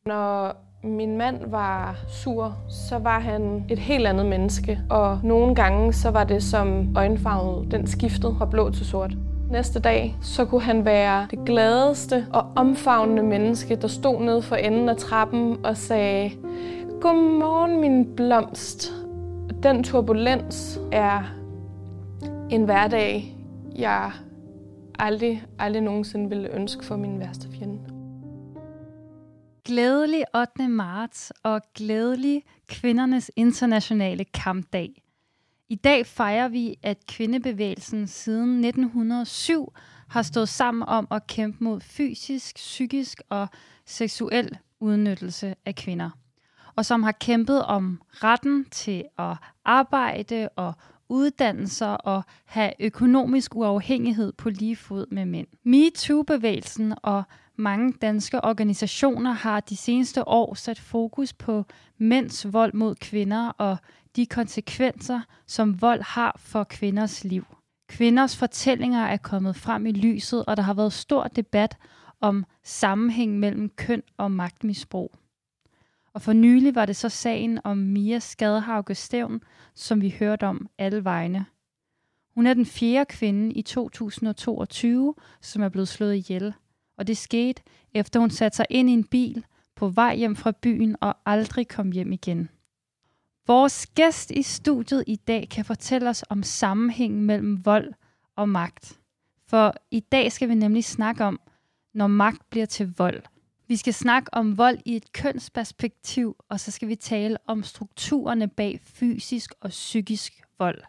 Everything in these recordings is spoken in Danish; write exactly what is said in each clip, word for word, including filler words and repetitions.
Når min mand var sur, så var han et helt andet menneske. Og nogle gange så var det som øjenfarven, den skiftede fra blå til sort. Næste dag, så kunne han være det gladeste og omfavnende menneske, der stod nede for enden af trappen og sagde, "Godmorgen, min blomst." Den turbulens er en hverdag, jeg aldrig, aldrig nogensinde ville ønske for min værste fjende. Glædelig ottende marts og glædelig kvindernes internationale kampdag. I dag fejrer vi, at kvindebevægelsen siden nitten hundrede og syv har stået sammen om at kæmpe mod fysisk, psykisk og seksuel udnyttelse af kvinder. Og som har kæmpet om retten til at arbejde og uddannelser og have økonomisk uafhængighed på lige fod med mænd. MeToo-bevægelsen og mange danske organisationer har de seneste år sat fokus på mænds vold mod kvinder og de konsekvenser, som vold har for kvinders liv. Kvinders fortællinger er kommet frem i lyset, og der har været stor debat om sammenhæng mellem køn og magtmisbrug. Og for nylig var det så sagen om Mia Skadhauge Stevn, som vi hørte om alle vegne. Hun er den fjerde kvinde i to tusind og toogtyve, som er blevet slået ihjel. Og det skete, efter hun satte sig ind i en bil på vej hjem fra byen og aldrig kom hjem igen. Vores gæst i studiet i dag kan fortælle os om sammenhængen mellem vold og magt. For i dag skal vi nemlig snakke om, når magt bliver til vold. Vi skal snakke om vold i et kønsperspektiv, og så skal vi tale om strukturerne bag fysisk og psykisk vold.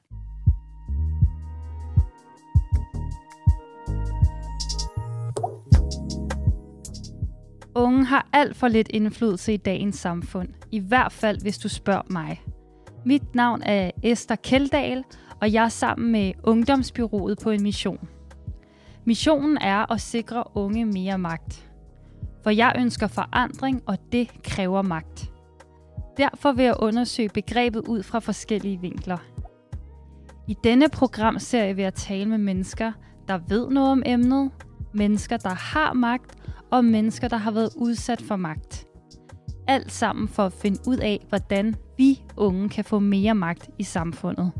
Unge har alt for lidt indflydelse i dagens samfund, i hvert fald hvis du spørger mig. Mit navn er Esther Kjeldahl, og jeg er sammen med Ungdomsbyrået på en mission. Missionen er at sikre unge mere magt. For jeg ønsker forandring, og det kræver magt. Derfor vil jeg undersøge begrebet ud fra forskellige vinkler. I denne programserie vil jeg tale med mennesker, der ved noget om emnet, mennesker, der har magt, og mennesker, der har været udsat for magt. Alt sammen for at finde ud af, hvordan vi unge kan få mere magt i samfundet.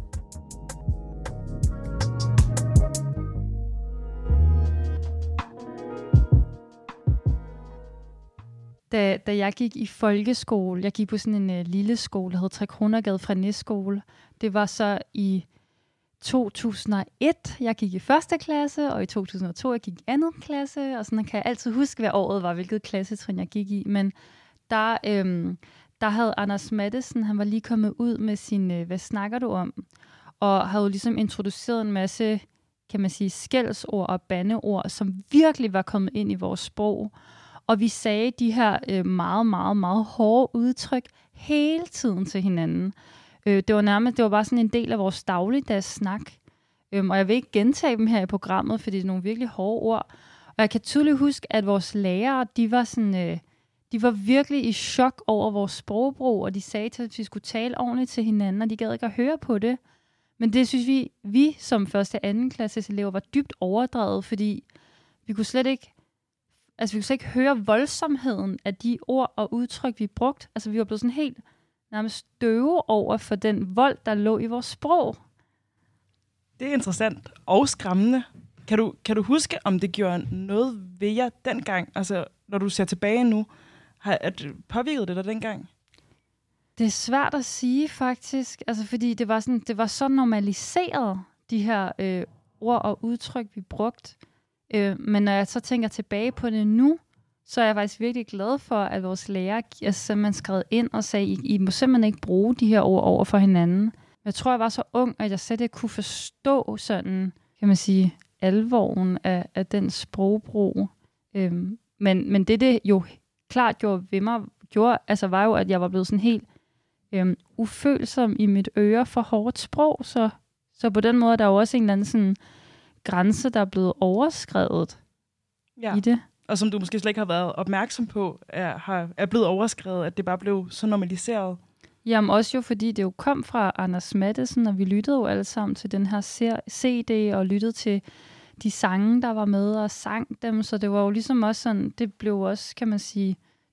Da, da jeg gik i folkeskole, jeg gik på sådan en uh, lille skole, der hed Trekronergade fra Næsskole. Det var så i to tusind og et, jeg gik i første klasse, og i to tusind og to, jeg gik i anden klasse, og sådan kan jeg altid huske, hvad året var, hvilket klassetrin jeg gik i. Men der, øhm, der havde Anders Mattesen, han var lige kommet ud med sin, øh, hvad snakker du om? Og havde ligesom introduceret en masse, kan man sige, skældsord og bandeord, som virkelig var kommet ind i vores sprog. Og vi sagde de her øh, meget, meget, meget hårde udtryk hele tiden til hinanden. Øh, det var nærmest, det var bare sådan en del af vores dagligdags snak. Øhm, og jeg vil ikke gentage dem her i programmet, fordi det er nogle virkelig hårde ord. Og jeg kan tydeligt huske, at vores lærere, de var sådan, øh, de var virkelig i chok over vores sprogbrug, og de sagde til, at vi skulle tale ordentligt til hinanden, og de gad ikke at høre på det. Men det synes vi, vi som første og anden klasses elever var dybt overdrevet, fordi vi kunne slet ikke Altså, vi kunne slet ikke høre voldsomheden af de ord og udtryk, vi brugte. Altså, vi var blevet sådan helt nærmest døve over for den vold, der lå i vores sprog. Det er interessant og skræmmende. Kan du, kan du huske, om det gjorde noget ved jer dengang? Altså, når du ser tilbage nu, har det påvirket det dig dengang? Det er svært at sige, faktisk. Altså, fordi det var, sådan, det var så normaliseret, de her øh, ord og udtryk, vi brugte. Øh, men når jeg så tænker tilbage på det nu, så er jeg faktisk virkelig glad for, at vores lærer altså, simpelthen skrev ind og sagde, I, I må simpelthen ikke bruge de her ord over for hinanden. Jeg tror, jeg var så ung, at jeg slet ikke kunne forstå sådan, kan man sige, alvoren af, af den sprogbrug. Øhm, men, men det, det jo klart gjorde ved mig, gjorde, altså, var jo, at jeg var blevet sådan helt øhm, ufølsom i mit øre for hårdt sprog. Så, så på den måde er der jo også en eller anden sådan grænse, der er blevet overskredet ja. i det. Og som du måske slet ikke har været opmærksom på, er, har, er blevet overskredet, at det bare blev så normaliseret. Jamen også jo, fordi det jo kom fra Anders Mattesen, og vi lyttede jo alle sammen til den her C D, og lyttede til de sange, der var med, og sang dem, så det var jo ligesom også sådan, det blev også, kan man sige,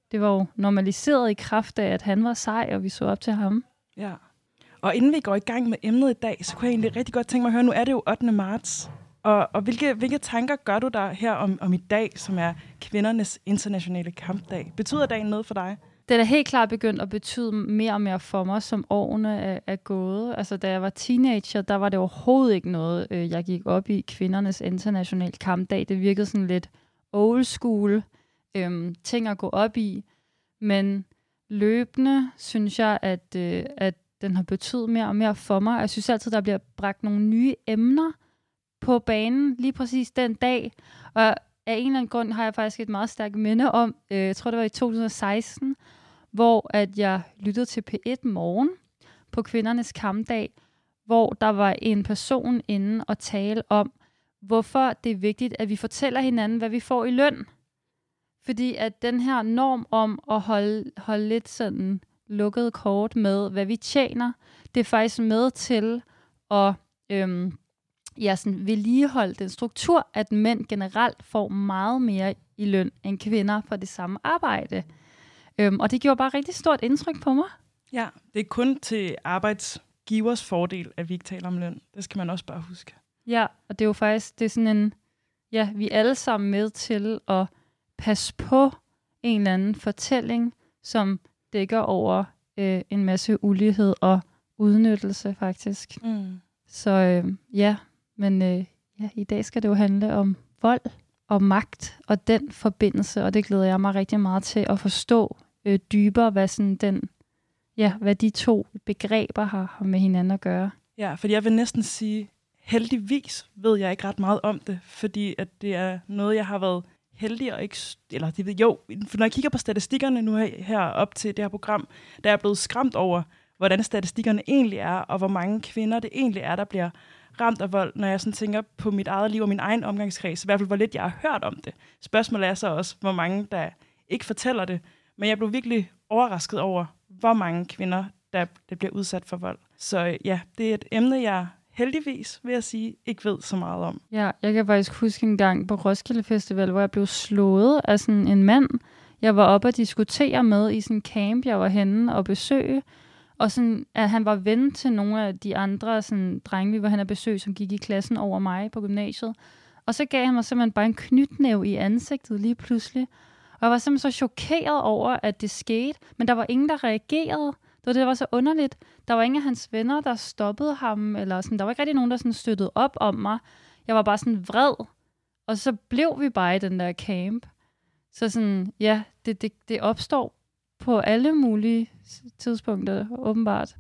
det var jo normaliseret i kraft af, at han var sej, og vi så op til ham. Ja. Og inden vi går i gang med emnet i dag, så kunne jeg egentlig rigtig godt tænke mig at høre, nu er det jo ottende marts. Og, og hvilke, hvilke tanker gør du der her om, om i dag, som er kvindernes internationale kampdag? Betyder dagen noget for dig? Det er da helt klart begyndt at betyde mere og mere for mig, som årene er, er gået. Altså, da jeg var teenager, der var det overhovedet ikke noget, øh, jeg gik op i kvindernes internationale kampdag. Det virkede sådan lidt old school øh, ting at gå op i. Men løbende synes jeg, at, øh, at den har betydet mere og mere for mig. Jeg synes altid, der bliver bragt nogle nye emner på banen lige præcis den dag. Og af en eller anden grund har jeg faktisk et meget stærkt minde om, øh, jeg tror det var i to tusind og seksten, hvor at jeg lyttede til P et Morgen på kvindernes kampdag, hvor der var en person inde og tale om, hvorfor det er vigtigt, at vi fortæller hinanden, hvad vi får i løn. Fordi at den her norm om at holde, holde lidt sådan lukket kort med, hvad vi tjener, det er faktisk med til at øhm, ja, sådan vedligeholde den struktur, at mænd generelt får meget mere i løn end kvinder for det samme arbejde. Øhm, og det gjorde bare rigtig stort indtryk på mig. Ja, det er kun til arbejdsgivers fordel, at vi ikke taler om løn. Det skal man også bare huske. Ja, og det er jo faktisk, det er sådan en, ja, vi er alle sammen med til at passe på en eller anden fortælling, som dækker over øh, en masse ulighed og udnyttelse faktisk. Mm. Så øh, ja, men øh, ja, i dag skal det jo handle om vold og magt og den forbindelse, og det glæder jeg mig rigtig meget til at forstå øh, dybere, hvad sådan den, ja, hvad de to begreber har, har med hinanden at gøre. Ja, fordi jeg vil næsten sige, heldigvis ved jeg ikke ret meget om det, fordi at det er noget, jeg har været heldig og ikke, eller det ved jo, for når jeg kigger på statistikkerne nu her, her op til det her program, der er jeg blevet skræmt over, hvordan statistikkerne egentlig er, og hvor mange kvinder det egentlig er, der bliver ramt af vold, når jeg sådan tænker på mit eget liv og min egen omgangskreds, i hvert fald hvor lidt jeg har hørt om det. Spørgsmålet er så også, hvor mange der ikke fortæller det, men jeg blev virkelig overrasket over, hvor mange kvinder, der, der bliver udsat for vold. Så ja, det er et emne, jeg heldigvis, vil jeg sige, ikke ved så meget om. Ja, jeg kan faktisk huske en gang på Roskilde Festival, hvor jeg blev slået af sådan en mand, jeg var oppe og diskutere med i sådan en camp, jeg var henne og besøge, og sådan, at han var ven til nogle af de andre sådan, drenge, vi var henne at besøge, som gik i klassen over mig på gymnasiet. Og så gav han mig simpelthen bare en knytnæve i ansigtet lige pludselig. Og jeg var simpelthen så chokeret over, at det skete, men der var ingen, der reagerede. Det var det, der var så underligt. Der var ingen af hans venner, der stoppede ham, eller sådan. Der var ikke rigtig nogen, der sådan støttede op om mig. Jeg var bare sådan vred. Og så blev vi bare i den der camp. Så sådan, ja, det, det, det opstår på alle mulige tidspunkter, åbenbart.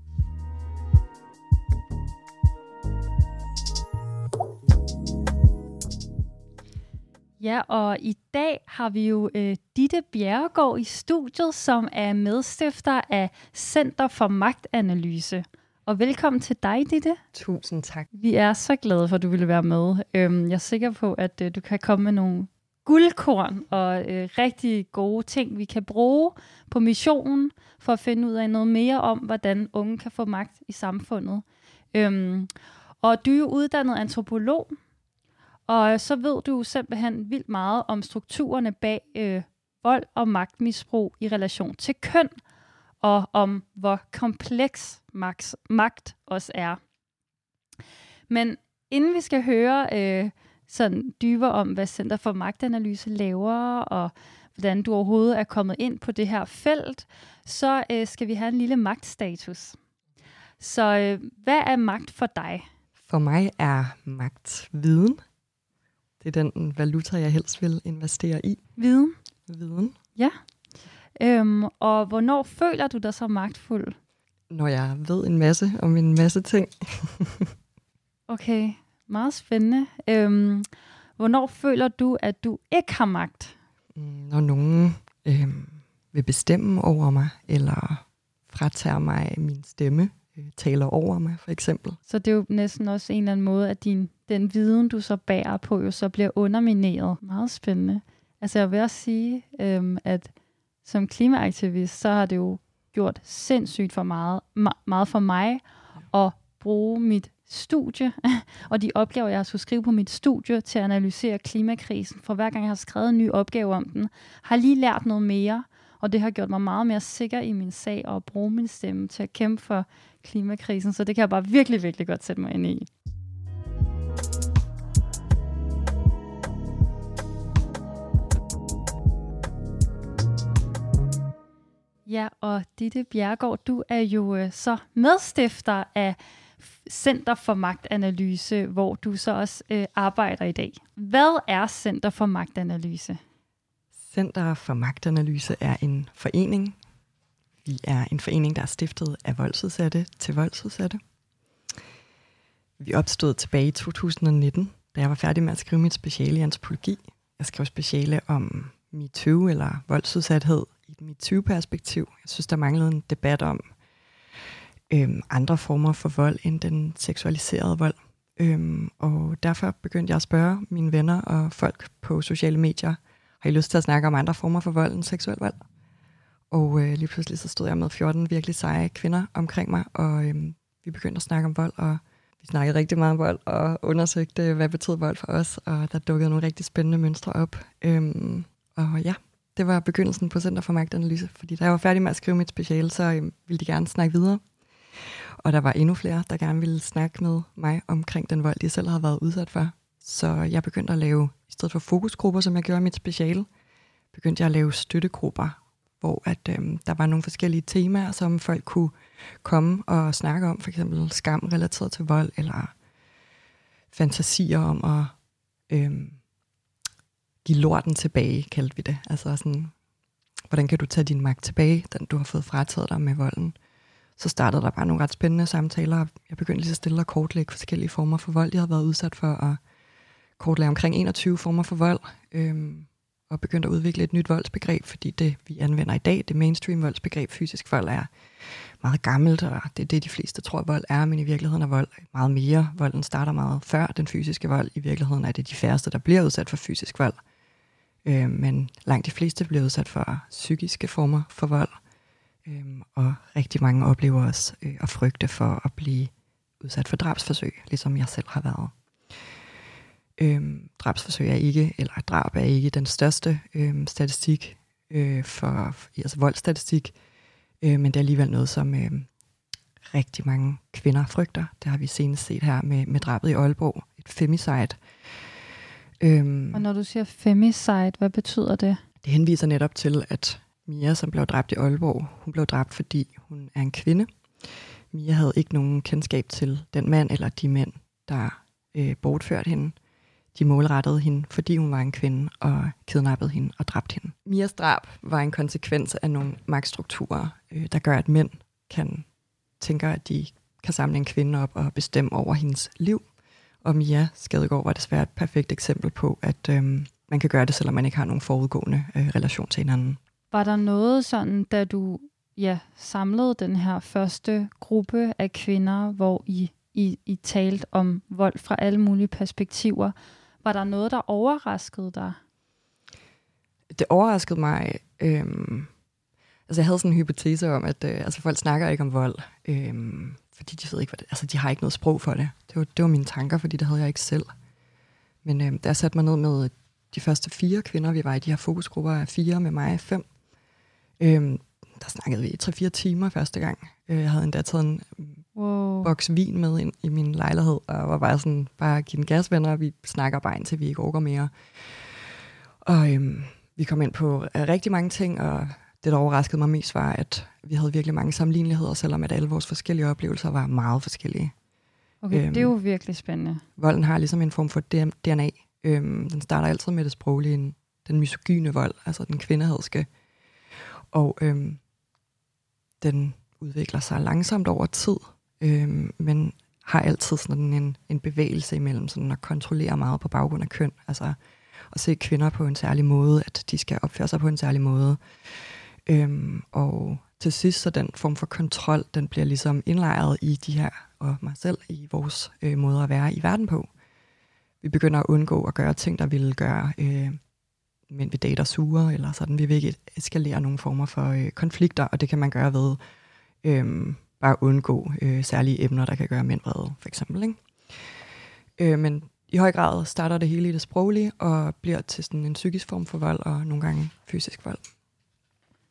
Ja, og i dag har vi jo øh, Ditte Bjerregaard i studiet, som er medstifter af Center for Magtanalyse. Og velkommen til dig, Ditte. Tusind tak. Vi er så glade for, at du ville være med. Øhm, jeg er sikker på, at øh, du kan komme med nogle guldkorn og øh, rigtig gode ting, vi kan bruge på missionen for at finde ud af noget mere om, hvordan unge kan få magt i samfundet. Øhm, og du er jo uddannet antropolog, og så ved du simpelthen vildt meget om strukturerne bag øh, vold og magtmisbrug i relation til køn, og om hvor kompleks magt, magt også er. Men inden vi skal høre øh, sådan dybere om, hvad Center for Magtanalyse laver, og hvordan du overhovedet er kommet ind på det her felt, så øh, skal vi have en lille magtstatus. Så øh, hvad er magt for dig? For mig er magt viden. Det er den valuta, jeg helst vil investere i. Viden? Viden. Ja. Øhm, og hvornår føler du dig så magtfuld? Når jeg ved en masse om en masse ting. Okay, meget spændende. Øhm, hvornår føler du, at du ikke har magt? Når nogen øh, vil bestemme over mig, eller fratager mig min stemme, øh, taler over mig for eksempel. Så det er jo næsten også en eller anden måde, at din, den viden, du så bærer på, jo så bliver undermineret. Meget spændende. Altså jeg vil også sige, øhm, at som klimaaktivist, så har det jo gjort sindssygt for meget, meget for mig at bruge mit studie, og de opgaver, jeg har skulle skrive på mit studie til at analysere klimakrisen. For hver gang jeg har skrevet en ny opgave om den, har lige lært noget mere, Og det har gjort mig meget mere sikker i min sag og at bruge min stemme til at kæmpe for klimakrisen. Så det kan jeg bare virkelig, virkelig godt sætte mig ind i. Ja, og Ditte Bjerregaard, du er jo øh, så medstifter af Center for Magtanalyse, hvor du så også øh, arbejder i dag. Hvad er Center for Magtanalyse? Center for Magtanalyse er en forening. Vi er en forening, der er stiftet af voldsudsatte til voldsudsatte. Vi opstod tilbage i to tusind nitten, da jeg var færdig med at skrive mit speciale i antropologi. Jeg skrev speciale om MeToo eller voldsudsathed i et MeToo-perspektiv. Jeg synes, der manglede en debat om øhm, andre former for vold end den seksualiserede vold. Øhm, og derfor begyndte jeg at spørge mine venner og folk på sociale medier, har I lyst til at snakke om andre former for vold end seksuel vold? Og øh, lige pludselig så stod jeg med fjorten virkelig seje kvinder omkring mig, og øhm, vi begyndte at snakke om vold, og vi snakkede rigtig meget om vold, og undersøgte, hvad betød vold for os, og der dukkede nogle rigtig spændende mønstre op. Øhm, og ja, det var begyndelsen på Center for Magtanalyse, fordi da jeg var færdig med at skrive mit speciale, så øhm, ville de gerne snakke videre. Og der var endnu flere, der gerne ville snakke med mig omkring den vold, de selv havde været udsat for. Så jeg begyndte at lave, i stedet for fokusgrupper, som jeg gjorde i mit speciale, begyndte jeg at lave støttegrupper, hvor at, øhm, der var nogle forskellige temaer, som folk kunne komme og snakke om, for eksempel skam relateret til vold, eller fantasier om at øhm, give lorten tilbage, kaldte vi det. Altså sådan, hvordan kan du tage din magt tilbage, den du har fået frataget dig med volden. Så startede der bare nogle ret spændende samtaler. Jeg begyndte lige så stille at kortlægge forskellige former for vold, jeg havde været udsat for, og kortlægge omkring enogtyve former for vold, øhm, og begyndte at udvikle et nyt voldsbegreb, fordi det, vi anvender i dag, det mainstream voldsbegreb, fysisk vold, er meget gammelt, og det er det, de fleste tror, vold er, men i virkeligheden er vold meget mere. Volden starter meget før den fysiske vold. I virkeligheden er det de færreste, der bliver udsat for fysisk vold. Øh, men langt de fleste bliver udsat for psykiske former for vold, øh, og rigtig mange oplever også øh, at frygte for at blive udsat for drabsforsøg, ligesom jeg selv har været. Øhm, drabsforsøg er ikke, eller drab er ikke den største øhm, statistik øh, for, altså voldsstatistik, øh, men det er alligevel noget, som øh, rigtig mange kvinder frygter. Det har vi senest set her med, med drabet i Aalborg, et femicide. Øhm, Og når du siger femicide, hvad betyder det? Det henviser netop til, at Mia, som blev dræbt i Aalborg, hun blev dræbt, fordi hun er en kvinde. Mia havde ikke nogen kendskab til den mand eller de mænd, der øh, bortførte hende. De målrettede hende, fordi hun var en kvinde, og kidnappede hende og dræbte hende. Mias drab var en konsekvens af nogle magtstrukturer, øh, der gør, at mænd kan tænke, at de kan samle en kvinde op og bestemme over hendes liv. Og Mia Skadegaard var desværre et perfekt eksempel på, at øh, man kan gøre det, selvom man ikke har nogen forudgående øh, relation til hinanden. Var der noget sådan, da du ja, samlede den her første gruppe af kvinder, hvor I, I, I talte om vold fra alle mulige perspektiver, var der noget, der overraskede dig? Det overraskede mig. Øhm, altså jeg havde sådan en hypotese om, at øh, altså folk snakker ikke om vold, øhm, fordi de ved ikke, hvad det, altså de har ikke noget sprog for det. Det var, det var mine tanker, fordi det havde jeg ikke selv. Men øh, da jeg satte mig ned med de første fire kvinder, vi var i de her fokusgrupper af fire med mig, fem, øhm, der snakkede vi i tre-fire timer første gang. Jeg havde endda taget en wow. boks vin med ind i min lejlighed, og var bare sådan, bare give den gas, venner, og vi snakker bare indtil vi ikke orker mere. Og øhm, vi kom ind på øh, rigtig mange ting, og det, der overraskede mig mest, var, at vi havde virkelig mange sammenligneligheder, selvom at alle vores forskellige oplevelser var meget forskellige. Okay, øhm, det er jo virkelig spændende. Volden har ligesom en form for D N A. Øhm, den starter altid med det sproglige, den misogyne vold, altså den kvindehadske. Og øhm, den udvikler sig langsomt over tid, øhm, men har altid sådan en, en bevægelse imellem sådan at kontrollere meget på baggrund af køn. Altså at se kvinder på en særlig måde, at de skal opføre sig på en særlig måde. Øhm, og til sidst så den form for kontrol, den bliver ligesom indlejret i de her, og mig selv, i vores øh, måder at være i verden på. Vi begynder at undgå at gøre ting, der vil gøre øh, mænd vi dater sure, eller sådan. Vi vil ikke eskalere nogle former for øh, konflikter, og det kan man gøre ved øh, bare undgå øh, særlige emner, der kan gøre mænd vrede, for eksempel. Ikke? Øh, men i høj grad starter det hele i det sproglige, og bliver til sådan en psykisk form for vold, og nogle gange fysisk vold.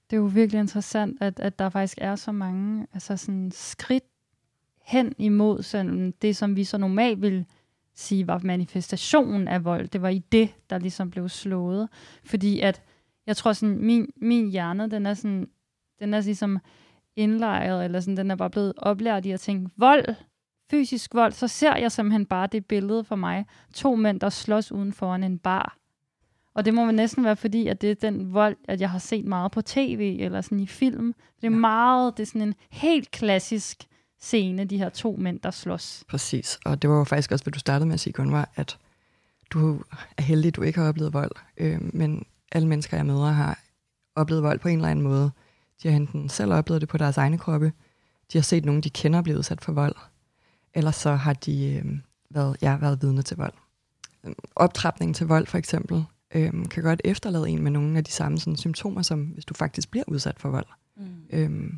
Det er jo virkelig interessant, at, at der faktisk er så mange altså sådan skridt hen imod sådan det, som vi så normalt vil sige var manifestationen af vold. Det var i det, der ligesom blev slået. Fordi at, jeg tror sådan, min, min hjerne, den er sådan, den er ligesom indlejret, eller sådan, den er bare blevet oplært i at tænke, vold, fysisk vold, så ser jeg simpelthen bare det billede for mig. To mænd, der slås uden foran en bar. Og det må vel næsten være fordi, at det er den vold, at jeg har set meget på tv, eller sådan i film. Det er meget, det er sådan en helt klassisk scene, de her to mænd, der slås. Præcis, og det var jo faktisk også, hvad du startede med at sige, Gunvar, at du er heldig, at du ikke har oplevet vold, øh, men alle mennesker, jeg møder, har oplevet vold på en eller anden måde. De har enten selv oplevet det på deres egne kroppe, de har set nogen, de kender, blive udsat for vold, eller så har de øh, været, ja, været vidne til vold. Optrapningen til vold, for eksempel, øh, kan godt efterlade en med nogle af de samme sådan, symptomer, som hvis du faktisk bliver udsat for vold. Mm. Øh,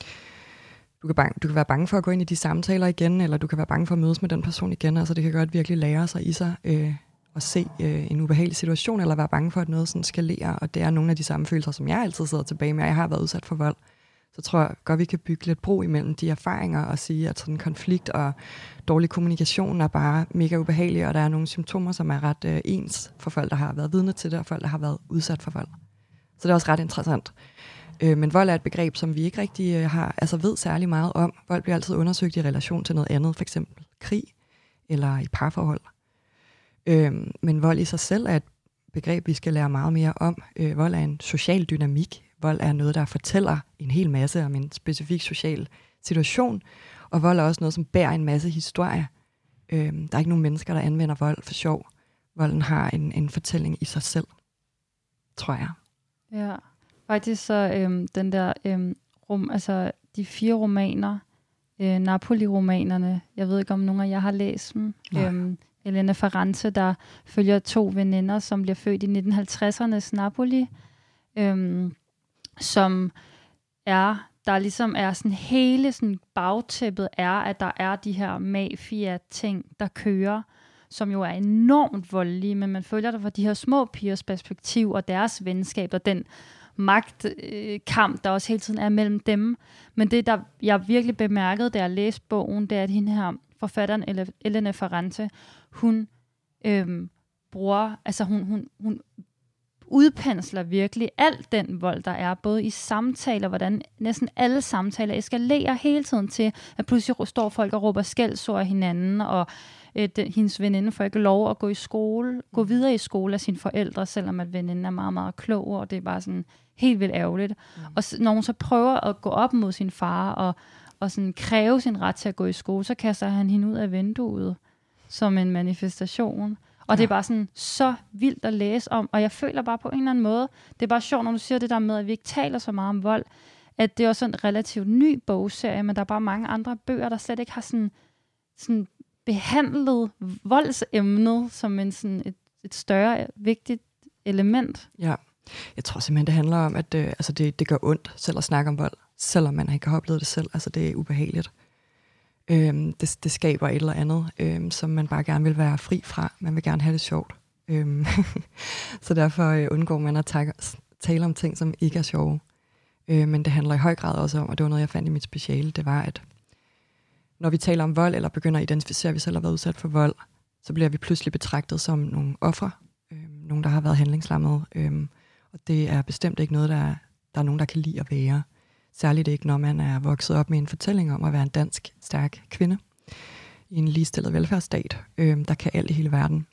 Du kan, bange, du kan være bange for at gå ind i de samtaler igen, eller du kan være bange for at mødes med den person igen. Altså det kan godt virkelig lære sig i sig øh, at se øh, en ubehagelig situation, eller være bange for, at noget sådan skalerer. Og det er nogle af de samme følelser, som jeg altid sidder tilbage med. Jeg har været udsat for vold. Så tror jeg godt, vi kan bygge lidt bro imellem de erfaringer og sige, at sådan konflikt og dårlig kommunikation er bare mega ubehagelige, og der er nogle symptomer, som er ret øh, ens for folk, der har været vidne til det, og folk, der har været udsat for vold. Så det er også ret interessant. Men vold er et begreb, som vi ikke rigtig har, altså ved særlig meget om. Vold bliver altid undersøgt i relation til noget andet, for eksempel krig eller i parforhold. Øhm, men vold i sig selv er et begreb, vi skal lære meget mere om. Øh, vold er en social dynamik. Vold er noget, der fortæller en hel masse om en specifik social situation. Og vold er også noget, som bærer en masse historie. Øhm, der er ikke nogen mennesker, der anvender vold for sjov. Volden har en, en fortælling i sig selv, tror jeg. Ja. Faktisk så øhm, den der, øhm, rom, altså de fire romaner, øh, Napoli-romanerne, jeg ved ikke om nogen af jer har læst dem, øhm, Elena Ferrante, der følger to veninder, som bliver født i nitten halvtredsernes Napoli, øhm, som er, der ligesom er sådan hele sådan bagtæppet er, at der er de her mafia-ting, der kører, som jo er enormt voldelige, men man følger det fra de her små pigers perspektiv og deres venskab og den magtkamp, øh, der også hele tiden er mellem dem. Men det, der jeg virkelig bemærkede, da jeg læste bogen, det er, at hende her, forfatteren Elena Ferrante, hun øhm, bruger, altså hun, hun, hun udpensler virkelig alt den vold, der er, både i samtaler, hvordan næsten alle samtaler eskalerer hele tiden til, at pludselig står folk og råber skældsord af hinanden, og øh, den, hendes veninde får ikke lov at gå i skole, gå videre i skole af sine forældre, selvom at veninden er meget, meget klog, og det er bare sådan helt vildt ærgerligt. Mm. Og når hun så prøver at gå op mod sin far, og, og sådan kræve sin ret til at gå i skole, så kaster han hende ud af vinduet, som en manifestation. Og ja. Det er bare sådan så vildt at læse om, og jeg føler bare på en eller anden måde, det er bare sjovt, når du siger det der med, at vi ikke taler så meget om vold, at det er også en relativt ny bogserie, men der er bare mange andre bøger, der slet ikke har sådan, sådan behandlet voldsemnet som en, sådan et, et større, vigtigt element. Ja, jeg tror simpelthen, det handler om, at øh, altså det, det gør ondt selv at snakke om vold, selvom man ikke har oplevet det selv. Altså det er ubehageligt. Øhm, det, det skaber et eller andet, øhm, som man bare gerne vil være fri fra. Man vil gerne have det sjovt. Øhm, så derfor øh, undgår man at tage, tale om ting, som ikke er sjove. Øh, men det handler i høj grad også om, og det var noget, jeg fandt i mit speciale, det var, at når vi taler om vold, eller begynder at identificere, at vi selv har været udsat for vold, så bliver vi pludselig betragtet som nogle ofre. Øhm, nogen, der har været handlingslammet. Øhm, og det er bestemt ikke noget, der er, der er nogen, der kan lide at være. Særligt ikke, når man er vokset op med en fortælling om at være en dansk, stærk kvinde i en ligestillet velfærdsstat, øh, der kan alt i hele verden.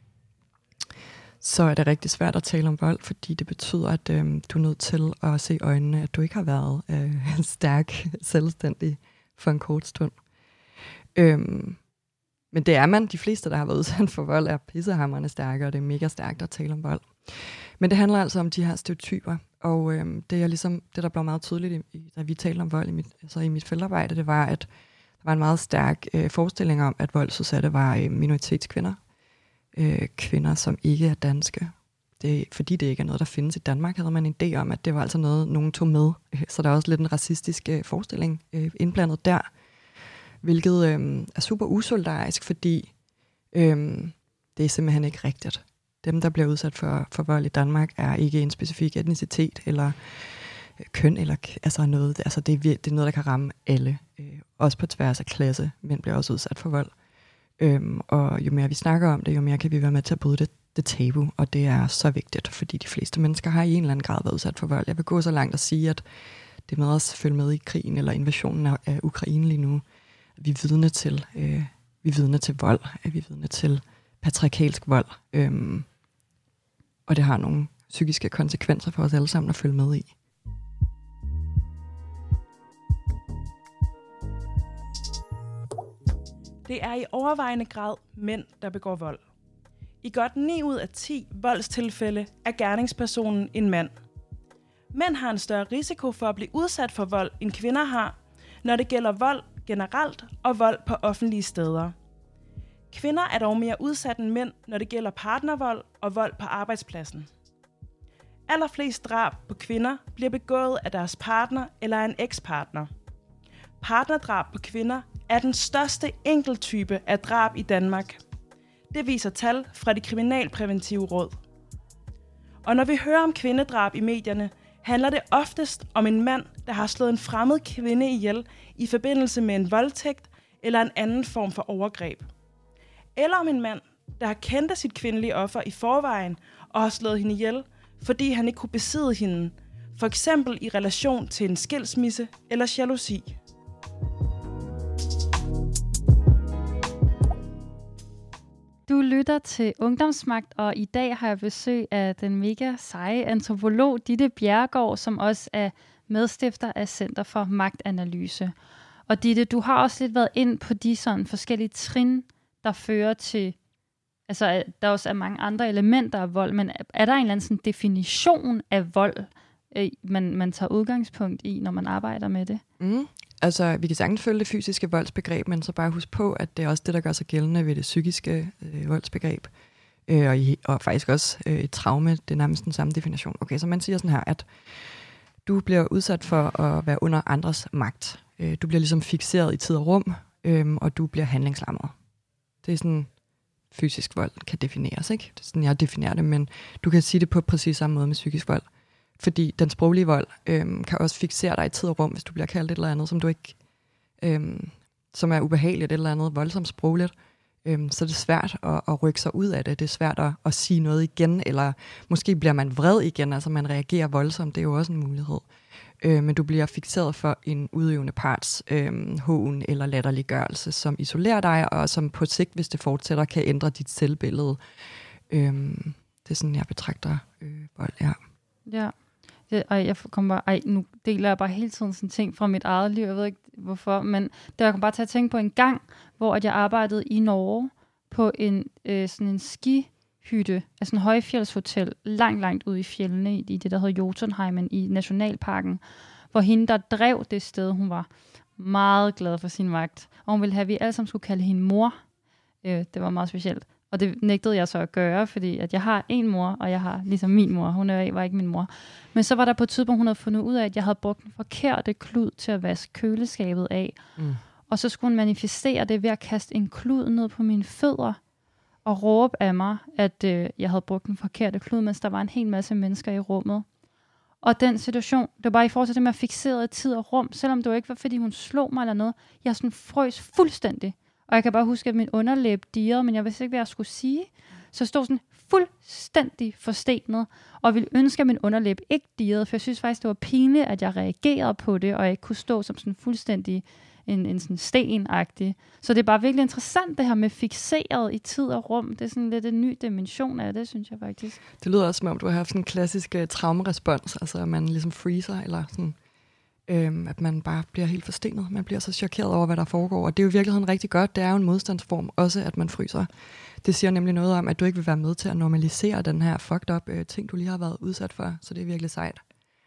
Så er det rigtig svært at tale om vold, fordi det betyder, at øh, du er nødt til at se i øjnene, at du ikke har været øh, stærk, selvstændig for en kort stund. Øh, men det er man. De fleste, der har været udsat for vold, er pissehamrende stærke, og det er mega stærkt at tale om vold. Men det handler altså om de her stereotyper, og øhm, det er ligesom det, der blev meget tydeligt, i, da vi talte om vold i mit, altså i mit feltarbejde, det var, at der var en meget stærk øh, forestilling om, at voldsudsatte var øh, minoritetskvinder. Øh, kvinder, som ikke er danske. Det, fordi det ikke er noget, der findes i Danmark, havde man en idé om, at det var altså noget, nogen tog med. Så der er også lidt en racistisk øh, forestilling øh, indblandet der, hvilket øh, er super usolidarisk, fordi øh, det er simpelthen ikke rigtigt. Dem, der bliver udsat for, for vold i Danmark, er ikke en specifik etnicitet eller køn, eller altså noget, altså det, er, det er noget, der kan ramme alle, øh, også på tværs af klasse. Mænd bliver også udsat for vold. Øhm, og jo mere vi snakker om det, jo mere kan vi være med til at bryde det, det tabu, og det er så vigtigt, fordi de fleste mennesker har i en eller anden grad været udsat for vold. Jeg vil gå så langt at sige, at det med at følge med i krigen eller invasionen af, af Ukraine lige nu, vi er vidne til, øh, vi er vidne til vold, er vi vidne til patriarkalsk vold, øhm, og det har nogle psykiske konsekvenser for os alle sammen at følge med i. Det er i overvejende grad mænd, der begår vold. I godt ni ud af ti voldstilfælde er gerningspersonen en mand. Mænd har en større risiko for at blive udsat for vold, end kvinder har, når det gælder vold generelt og vold på offentlige steder. Kvinder er dog mere udsat end mænd, når det gælder partnervold og vold på arbejdspladsen. Allerflest drab på kvinder bliver begået af deres partner eller en ekspartner. Partnerdrab på kvinder er den største enkelttype af drab i Danmark. Det viser tal fra det kriminalpræventive råd. Og når vi hører om kvindedrab i medierne, handler det oftest om en mand, der har slået en fremmed kvinde ihjel i forbindelse med en voldtægt eller en anden form for overgreb. Eller om en mand, der har kendt sit kvindelige offer i forvejen og har slået hende ihjel, fordi han ikke kunne besidde hende, for eksempel i relation til en skilsmisse eller jalousi. Du lytter til Ungdomsmagt, og i dag har jeg besøg af den mega seje antropolog Ditte Bjerregaard, som også er medstifter af Center for Magtanalyse. Og Ditte, du har også lidt været ind på de sådan forskellige trin, der fører til, altså der også er mange andre elementer af vold, men er der en eller anden sådan definition af vold, man, man tager udgangspunkt i, når man arbejder med det? Mm. Altså, vi kan sagtens følge det fysiske voldsbegreb, men så bare husk på, at det er også det, der gør sig gældende ved det psykiske øh, voldsbegreb. Øh, og, i, og faktisk også øh, et traume, det er nærmest den samme definition. Okay, så man siger sådan her, at du bliver udsat for at være under andres magt. Øh, du bliver ligesom fikseret i tid og rum, øh, og du bliver handlingslammet. Det er sådan, fysisk vold kan defineres, ikke? Det er sådan, jeg definerer det, men du kan sige det på præcis samme måde med psykisk vold. Fordi den sproglige vold øhm, kan også fiksere dig i tid og rum, hvis du bliver kaldt et eller andet, som du ikke, øhm, som er ubehageligt, et eller andet voldsomt sprogligt. Øhm, så det er svært at, at rykke sig ud af det. Det er svært at, at sige noget igen, eller måske bliver man vred igen, altså man reagerer voldsomt. Det er jo også en mulighed. Øh, men du bliver fikseret for en udøvende parts øhm, hån eller latterliggørelse, som isolerer dig, og som på sigt, hvis det fortsætter, kan ændre dit selvbillede. Øhm, det er sådan, jeg betragter øh, vold, ja. Ja. Det, ej, jeg kommer bare, ej, nu deler jeg bare hele tiden sådan ting fra mit eget liv, jeg ved ikke hvorfor, men det jeg kom bare til at tænke på en gang, hvor at jeg arbejdede i Norge på en øh, sådan en skihytte, altså en højfjeldshotel, langt, langt ude i fjellene, i det, der hedder Jotunheimen i Nationalparken, hvor hende, der drev det sted, hun var meget glad for sin magt, og hun ville have, at vi alle sammen skulle kalde hende mor. Øh, det var meget specielt. Og det nægtede jeg så at gøre, fordi at jeg har en mor, og jeg har ligesom min mor. Hun er, var ikke min mor. Men så var der på et tidspunkt, hun havde fundet ud af, at jeg havde brugt den forkerte klud til at vaske køleskabet af. Mm. Og så skulle hun manifestere det ved at kaste en klud ned på mine fødder og råbe af mig, at øh, jeg havde brugt den forkerte klud, mens der var en hel masse mennesker i rummet. Og den situation, det var bare i forhold til det med at fiksere tid og rum, selvom det jo ikke var, fordi hun slog mig eller noget. Jeg sådan frøs fuldstændig. Og jeg kan bare huske, at min underlæb dirrede, men jeg vidste ikke, hvad jeg skulle sige. Så jeg stod sådan fuldstændig forstenet, og ville ønske, at min underlæb ikke dirrede, for jeg synes faktisk, det var pinligt, at jeg reagerede på det, og jeg ikke kunne stå som sådan fuldstændig en, en sådan sten-agtig. Så det er bare virkelig interessant, det her med fikseret i tid og rum. Det er sådan lidt en ny dimension af det, synes jeg faktisk. Det lyder også, som om du har haft sådan en klassisk uh, traumerespons, altså at man ligesom freezer, eller sådan... Øhm, at man bare bliver helt forstenet. Man bliver så chokeret over, hvad der foregår. Og det er jo i virkeligheden rigtig godt. Det er jo en modstandsform, også at man fryser. Det siger nemlig noget om, at du ikke vil være med til at normalisere den her fucked up øh, ting, du lige har været udsat for. Så det er virkelig sejt.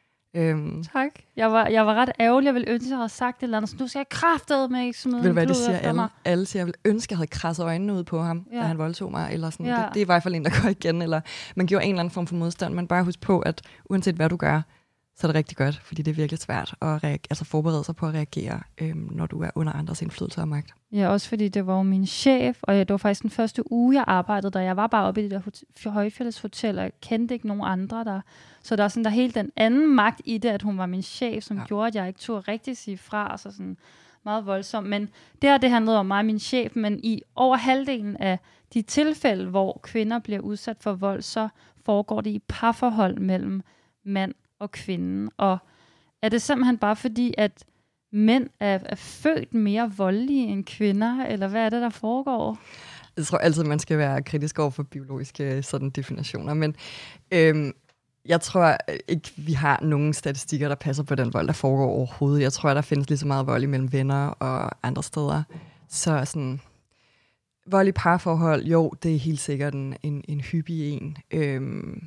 Øhm. Tak. Jeg var, jeg var ret ærgerlig. Jeg ville ønske, at jeg havde sagt et eller andet. Så nu skal jeg kraftedeme ikke smide en klud det siger efter alle, mig. alle siger, jeg ville ønske, at jeg havde krasset øjnene ud på ham, ja. Da han voldtog mig. Eller sådan. Ja. Det, det er i hvert fald en, der går igen. Eller man giver en eller anden form for modstand. Men bare husk på, at uanset hvad du gør, så er det rigtig godt, fordi det er virkelig svært at reag- altså forberede sig på at reagere, øhm, når du er under andres indflydelse og magt. Ja, også fordi det var jo min chef, og det var faktisk den første uge, jeg arbejdede der. Jeg var bare oppe i det der hot- højfældeshotel, og jeg kendte ikke nogen andre der. Så der er sådan der helt den anden magt i det, at hun var min chef, som ja. gjorde, at jeg ikke turde rigtig sige fra, så sådan meget voldsomt. Men det her, det handlede om mig og min chef, men i over halvdelen af de tilfælde, hvor kvinder bliver udsat for vold, så foregår det i parforhold mellem mand og kvinde. Og er det simpelthen bare fordi, at mænd er, er født mere voldelige end kvinder, eller hvad er det, der foregår? Jeg tror altid, man skal være kritisk over for biologiske sådan definitioner, men øhm, jeg tror ikke, vi har nogen statistikker, der passer på den vold, der foregår overhovedet. Jeg tror, der findes lige så meget vold imellem venner og andre steder. Så sådan, vold i parforhold, jo, det er helt sikkert en, en, en hyppig en. Øhm,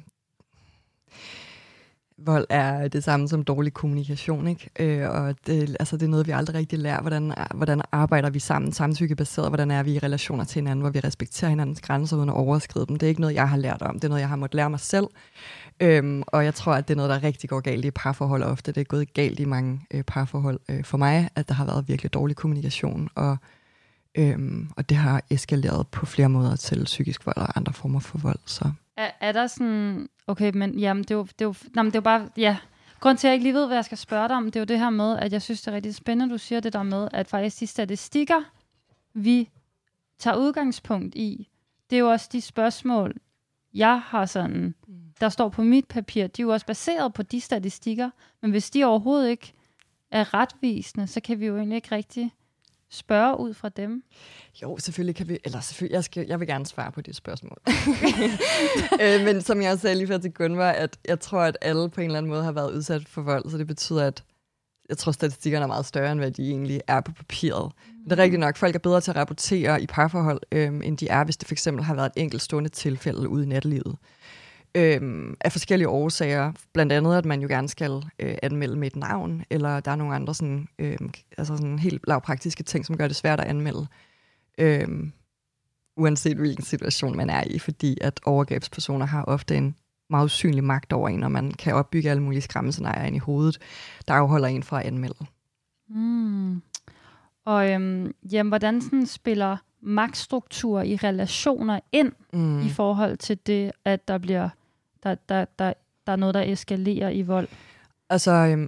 Vold er det samme som dårlig kommunikation, ikke? Øh, og det, altså, det er noget, vi aldrig rigtig lærer. Hvordan, hvordan arbejder vi sammen, samtykkebaseret? Hvordan er vi i relationer til hinanden, hvor vi respekterer hinandens grænser uden at overskride dem? Det er ikke noget, jeg har lært om. Det er noget, jeg har måttet lære mig selv. Øhm, og jeg tror, at det er noget, der rigtig går galt i parforhold ofte. Det er gået galt i mange øh, parforhold øh, for mig, at der har været virkelig dårlig kommunikation. Og, øhm, og det har eskaleret på flere måder til psykisk vold og andre former for vold. Så. Er, er der sådan... Okay, men jamen, det er jo, det er jo, nej, men det er jo bare... Ja. Grunden til, at jeg ikke lige ved, hvad jeg skal spørge dig om, det er jo det her med, at jeg synes, det er rigtig spændende, du siger det der med, at faktisk de statistikker, vi tager udgangspunkt i, det er jo også de spørgsmål, jeg har sådan, der står på mit papir, de er jo også baseret på de statistikker, men hvis de overhovedet ikke er retvisende, så kan vi jo egentlig ikke rigtig spørge ud fra dem. Jo, selvfølgelig kan vi, eller selvfølgelig, jeg, skal, jeg vil gerne svare på det spørgsmål. øh, men som jeg også sagde lige før til Gunvar, at jeg tror, at alle på en eller anden måde har været udsat for vold, så det betyder, at jeg tror, statistikkerne er meget større, end hvad de egentlig er på papiret. Mm. Det er rigtigt nok, folk er bedre til at rapportere i parforhold, øh, end de er, hvis det for eksempel har været et enkelt stående tilfælde ude i nattelivet. Øhm, af forskellige årsager, blandt andet, at man jo gerne skal øh, anmelde med et navn, eller der er nogle andre sådan, øh, altså sådan helt lavpraktiske ting, som gør det svært at anmelde, øh, uanset hvilken situation man er i, fordi at overgrebspersoner har ofte en meget usynlig magt over en, og man kan opbygge alle mulige skræmmescenarier ind i hovedet, der afholder en fra at anmelde. Mm. Og øhm, jamen, hvordan sådan spiller magtstruktur i relationer ind mm. i forhold til det, at der bliver der, der, der, der er noget, der eskalerer i vold? Altså, øhm,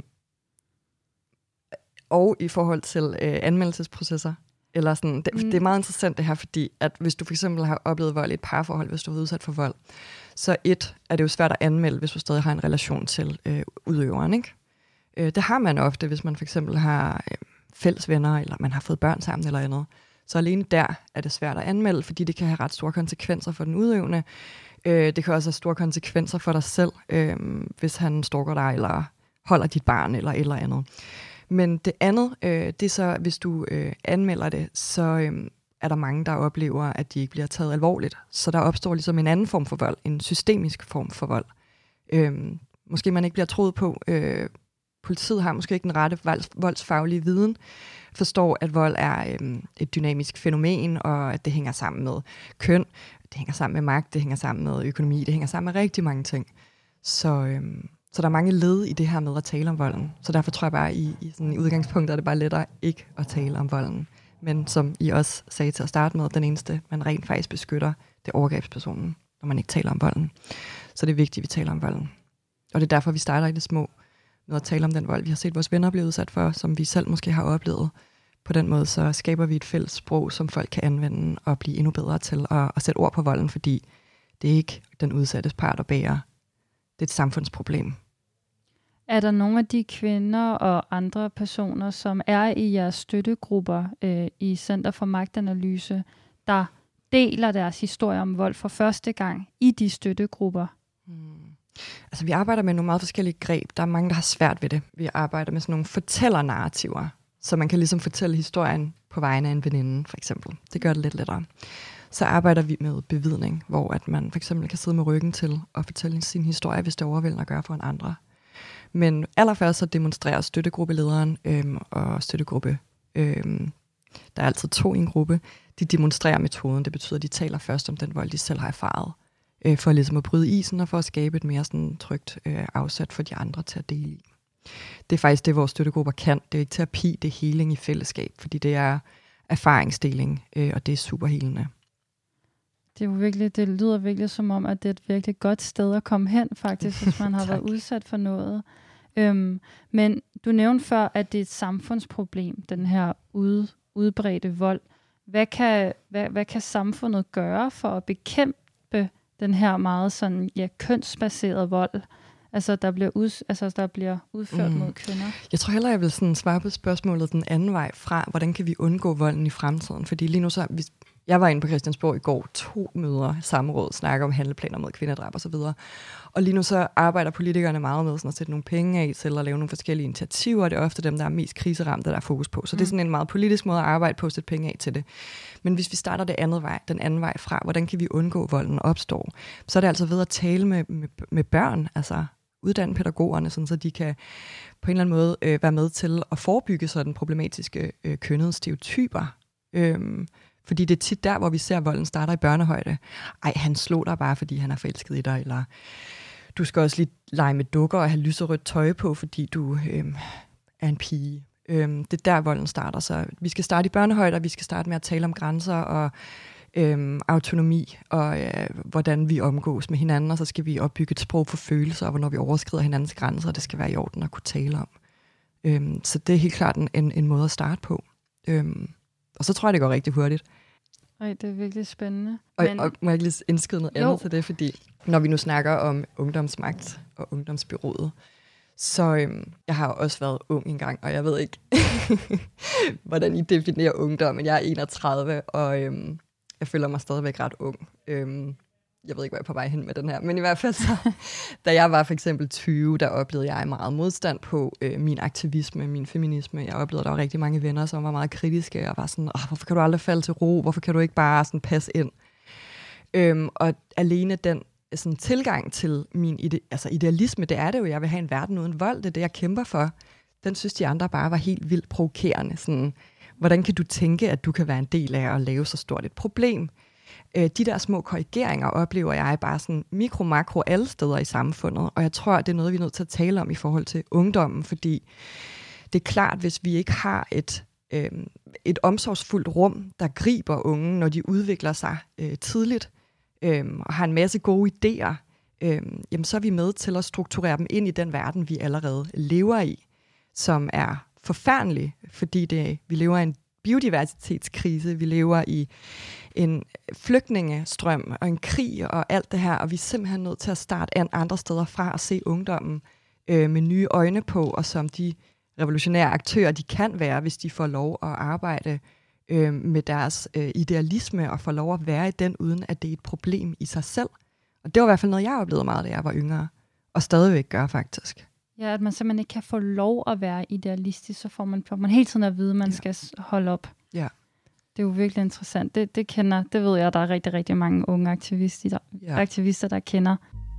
og i forhold til øh, anmeldelsesprocesser, eller sådan, det, mm. det er meget interessant det her, fordi at hvis du for eksempel har oplevet vold i et parforhold, hvis du har været udsat for vold, så et, er det jo svært at anmelde, hvis du stadig har en relation til øh, udøveren, ikke? Øh, det har man ofte, hvis man for eksempel har øh, fælles venner, eller man har fået børn sammen eller andet. Så alene der er det svært at anmelde, fordi det kan have ret store konsekvenser for den udøvende. Øh, det kan også have store konsekvenser for dig selv, øh, hvis han stalker dig, eller holder dit barn, eller et eller andet. Men det andet, øh, det er så, hvis du øh, anmelder det, så øh, er der mange, der oplever, at de ikke bliver taget alvorligt. Så der opstår ligesom en anden form for vold, en systemisk form for vold. Øh, måske man ikke bliver troet på. Øh, politiet har måske ikke den rette voldsfaglige viden, forstår, at vold er øh, et dynamisk fænomen, og at det hænger sammen med køn, det hænger sammen med magt, det hænger sammen med økonomi, det hænger sammen med rigtig mange ting. Så, øh, så der er mange led i det her med at tale om volden. Så derfor tror jeg bare, i, i, sådan, i udgangspunktet er det bare lettere ikke at tale om volden. Men som I også sagde til at starte med, den eneste, man rent faktisk beskytter, det er overgrebspersonen, når man ikke taler om volden. Så det er vigtigt, at vi taler om volden. Og det er derfor, vi starter i det små, med at tale om den vold, vi har set vores venner blive udsat for, som vi selv måske har oplevet. På den måde, så skaber vi et fælles sprog, som folk kan anvende og blive endnu bedre til at, at sætte ord på volden, fordi det er ikke den udsattes part at bære. Det er et samfundsproblem. Er der nogle af de kvinder og andre personer, som er i jeres støttegrupper øh, i Center for Magtanalyse, der deler deres historie om vold for første gang i de støttegrupper? Hmm. Altså, vi arbejder med nogle meget forskellige greb. Der er mange, der har svært ved det. Vi arbejder med sådan nogle fortællernarrativer, så man kan ligesom fortælle historien på vegne af en veninde, for eksempel. Det gør det lidt lettere. Så arbejder vi med bevidning, hvor at man for eksempel kan sidde med ryggen til og fortælle sin historie, hvis det er overvældende at gøre for en andre. Men allerførst så demonstrerer støttegruppellederen øhm, og støttegruppe, øhm, der er altid to i en gruppe, de demonstrerer metoden. Det betyder, at de taler først om den vold, de selv har erfaret, øh, for ligesom at bryde isen og for at skabe et mere sådan trygt øh, afsæt for de andre til at dele i. Det er faktisk det, vores støttegrupper kan. Det er ikke terapi, det er healing i fællesskab, fordi det er erfaringsdeling, øh, og det er superhelende. Det er jo virkelig, det lyder virkelig som om, at det er et virkelig godt sted at komme hen, faktisk, hvis man har været udsat for noget. Øhm, men du nævnte før, at det er et samfundsproblem, den her ud, udbredte vold. Hvad kan, hvad, hvad kan samfundet gøre for at bekæmpe den her meget sådan, ja, kønsbaserede vold, altså der bliver, ud, altså, der bliver udført mm. mod kvinder? Jeg tror heller, jeg vil sådan svare på spørgsmålet den anden vej fra, hvordan kan vi undgå volden i fremtiden? Fordi lige nu så, hvis jeg var inde på Christiansborg i går, to møder, samråd, snakker om handleplaner mod kvindedrab og så videre. Og lige nu så arbejder politikerne meget med sådan at sætte nogle penge af til at lave nogle forskellige initiativer, og det er ofte dem, der er mest kriseramte, der er fokus på. Så mm. det er sådan en meget politisk måde at arbejde på at sætte penge af til det. Men hvis vi starter det andet vej, den anden vej fra, hvordan kan vi undgå volden opstår, så er det altså ved at tale med, med, med børn, altså uddanne pædagogerne, sådan, så de kan på en eller anden måde øh, være med til at forebygge sådan problematiske øh, kønnede stereotyper. Øhm, Fordi det er tit der, hvor vi ser, at volden starter i børnehøjde. Ej, han slår dig bare, fordi han er forelsket i dig. Eller du skal også lige lege med dukker og have lyserødt tøj på, fordi du øhm, er en pige. Øhm, det er der, volden starter. Så vi skal starte i børnehøjde, og vi skal starte med at tale om grænser og øhm, autonomi, og øh, hvordan vi omgås med hinanden. Og så skal vi opbygge et sprog for følelser, og hvornår vi overskrider hinandens grænser, og det skal være i orden at kunne tale om. Øhm, så det er helt klart en, en, en måde at starte på. Øhm, Og så tror jeg, det går rigtig hurtigt. Ej, det er virkelig spændende. Og, Men... og må jeg lige indskyde noget andet til det, fordi når vi nu snakker om ungdomsmagt og ungdomsbyrået, så øhm, jeg har også været ung engang, og jeg ved ikke, hvordan I definerer ungdom, men jeg er enogtredive, og øhm, jeg føler mig stadigvæk ret ung. Øhm, jeg ved ikke, hvor jeg er på vej hen med den her, men i hvert fald så, da jeg var for eksempel tyve, der oplevede jeg meget modstand på øh, min aktivisme, min feminisme. Jeg oplevede, at der var rigtig mange venner, som var meget kritiske, og var sådan, hvorfor kan du aldrig falde til ro? Hvorfor kan du ikke bare sådan passe ind? Øhm, og alene den sådan, tilgang til min ide- altså, idealisme, det er det jo, jeg vil have en verden uden vold, det er det, jeg kæmper for. Den synes de andre bare var helt vildt provokerende. Sådan, hvordan kan du tænke, at du kan være en del af at lave så stort et problem? De der små korrigeringer oplever jeg bare sådan mikro-makro alle steder i samfundet, og jeg tror, det er noget, vi er nødt til at tale om i forhold til ungdommen, fordi det er klart, hvis vi ikke har et, øh, et omsorgsfuldt rum, der griber unge, når de udvikler sig øh, tidligt, øh, og har en masse gode idéer, øh, jamen så er vi med til at strukturere dem ind i den verden, vi allerede lever i, som er forfærdelig, fordi det, vi lever i en biodiversitetskrise, vi lever i en flygtningestrøm og en krig og alt det her, og vi er simpelthen nødt til at starte andre steder fra at se ungdommen øh, med nye øjne på, og som de revolutionære aktører, de kan være, hvis de får lov at arbejde øh, med deres øh, idealisme og får lov at være i den, uden at det er et problem i sig selv. Og det var i hvert fald noget, jeg oplevede meget, da jeg var yngre, og stadigvæk gør faktisk. Ja, at man simpelthen ikke kan få lov at være idealistisk, så får man, får man hele tiden at vide, at man ja. skal holde op. Ja. Det er jo virkelig interessant. Det, det kender, det ved jeg, der er rigtig, rigtig mange unge aktivister, der, ja. aktivister, der kender.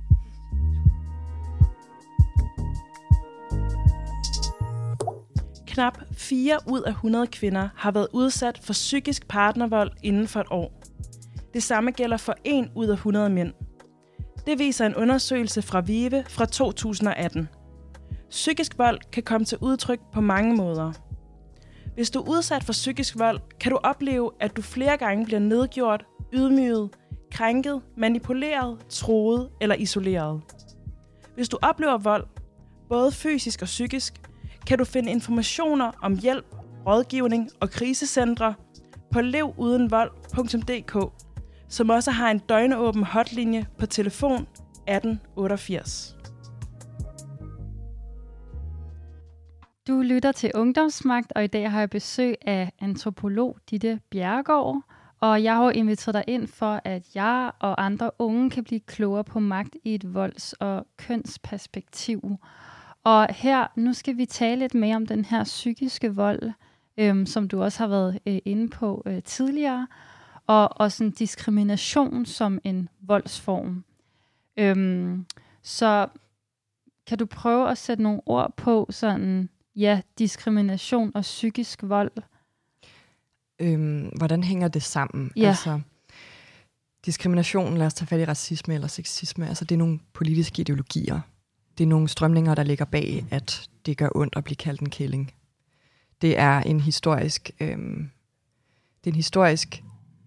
Knap fire ud af hundrede kvinder har været udsat for psykisk partnervold inden for et år. Det samme gælder for en ud af hundrede mænd. Det viser en undersøgelse fra VIVE fra to tusind og atten. Psykisk vold kan komme til udtryk på mange måder. Hvis du er udsat for psykisk vold, kan du opleve, at du flere gange bliver nedgjort, ydmyget, krænket, manipuleret, truet eller isoleret. Hvis du oplever vold, både fysisk og psykisk, kan du finde informationer om hjælp, rådgivning og krisecentre på lev uden vold punktum d k, som også har en døgnåben hotlinje på telefon atten otteogfirs. Du lytter til Ungdomsmagt, og i dag har jeg besøg af antropolog Ditte Bjerregaard. Og jeg har inviteret dig ind for, at jeg og andre unge kan blive klogere på magt i et volds- og kønsperspektiv. Og her, nu skal vi tale lidt mere om den her psykiske vold, øhm, som du også har været øh, inde på øh, tidligere, og, og sådan diskrimination som en voldsform. Øhm, så kan du prøve at sætte nogle ord på sådan, ja, diskrimination og psykisk vold? Øhm, hvordan hænger det sammen? Ja. Altså, diskrimination, lad os tage fat i racisme eller sexisme, altså det er nogle politiske ideologier. det er nogle strømninger, der ligger bag, at det gør ondt at blive kaldt en kælling. Det er en historisk, øh, det er en historisk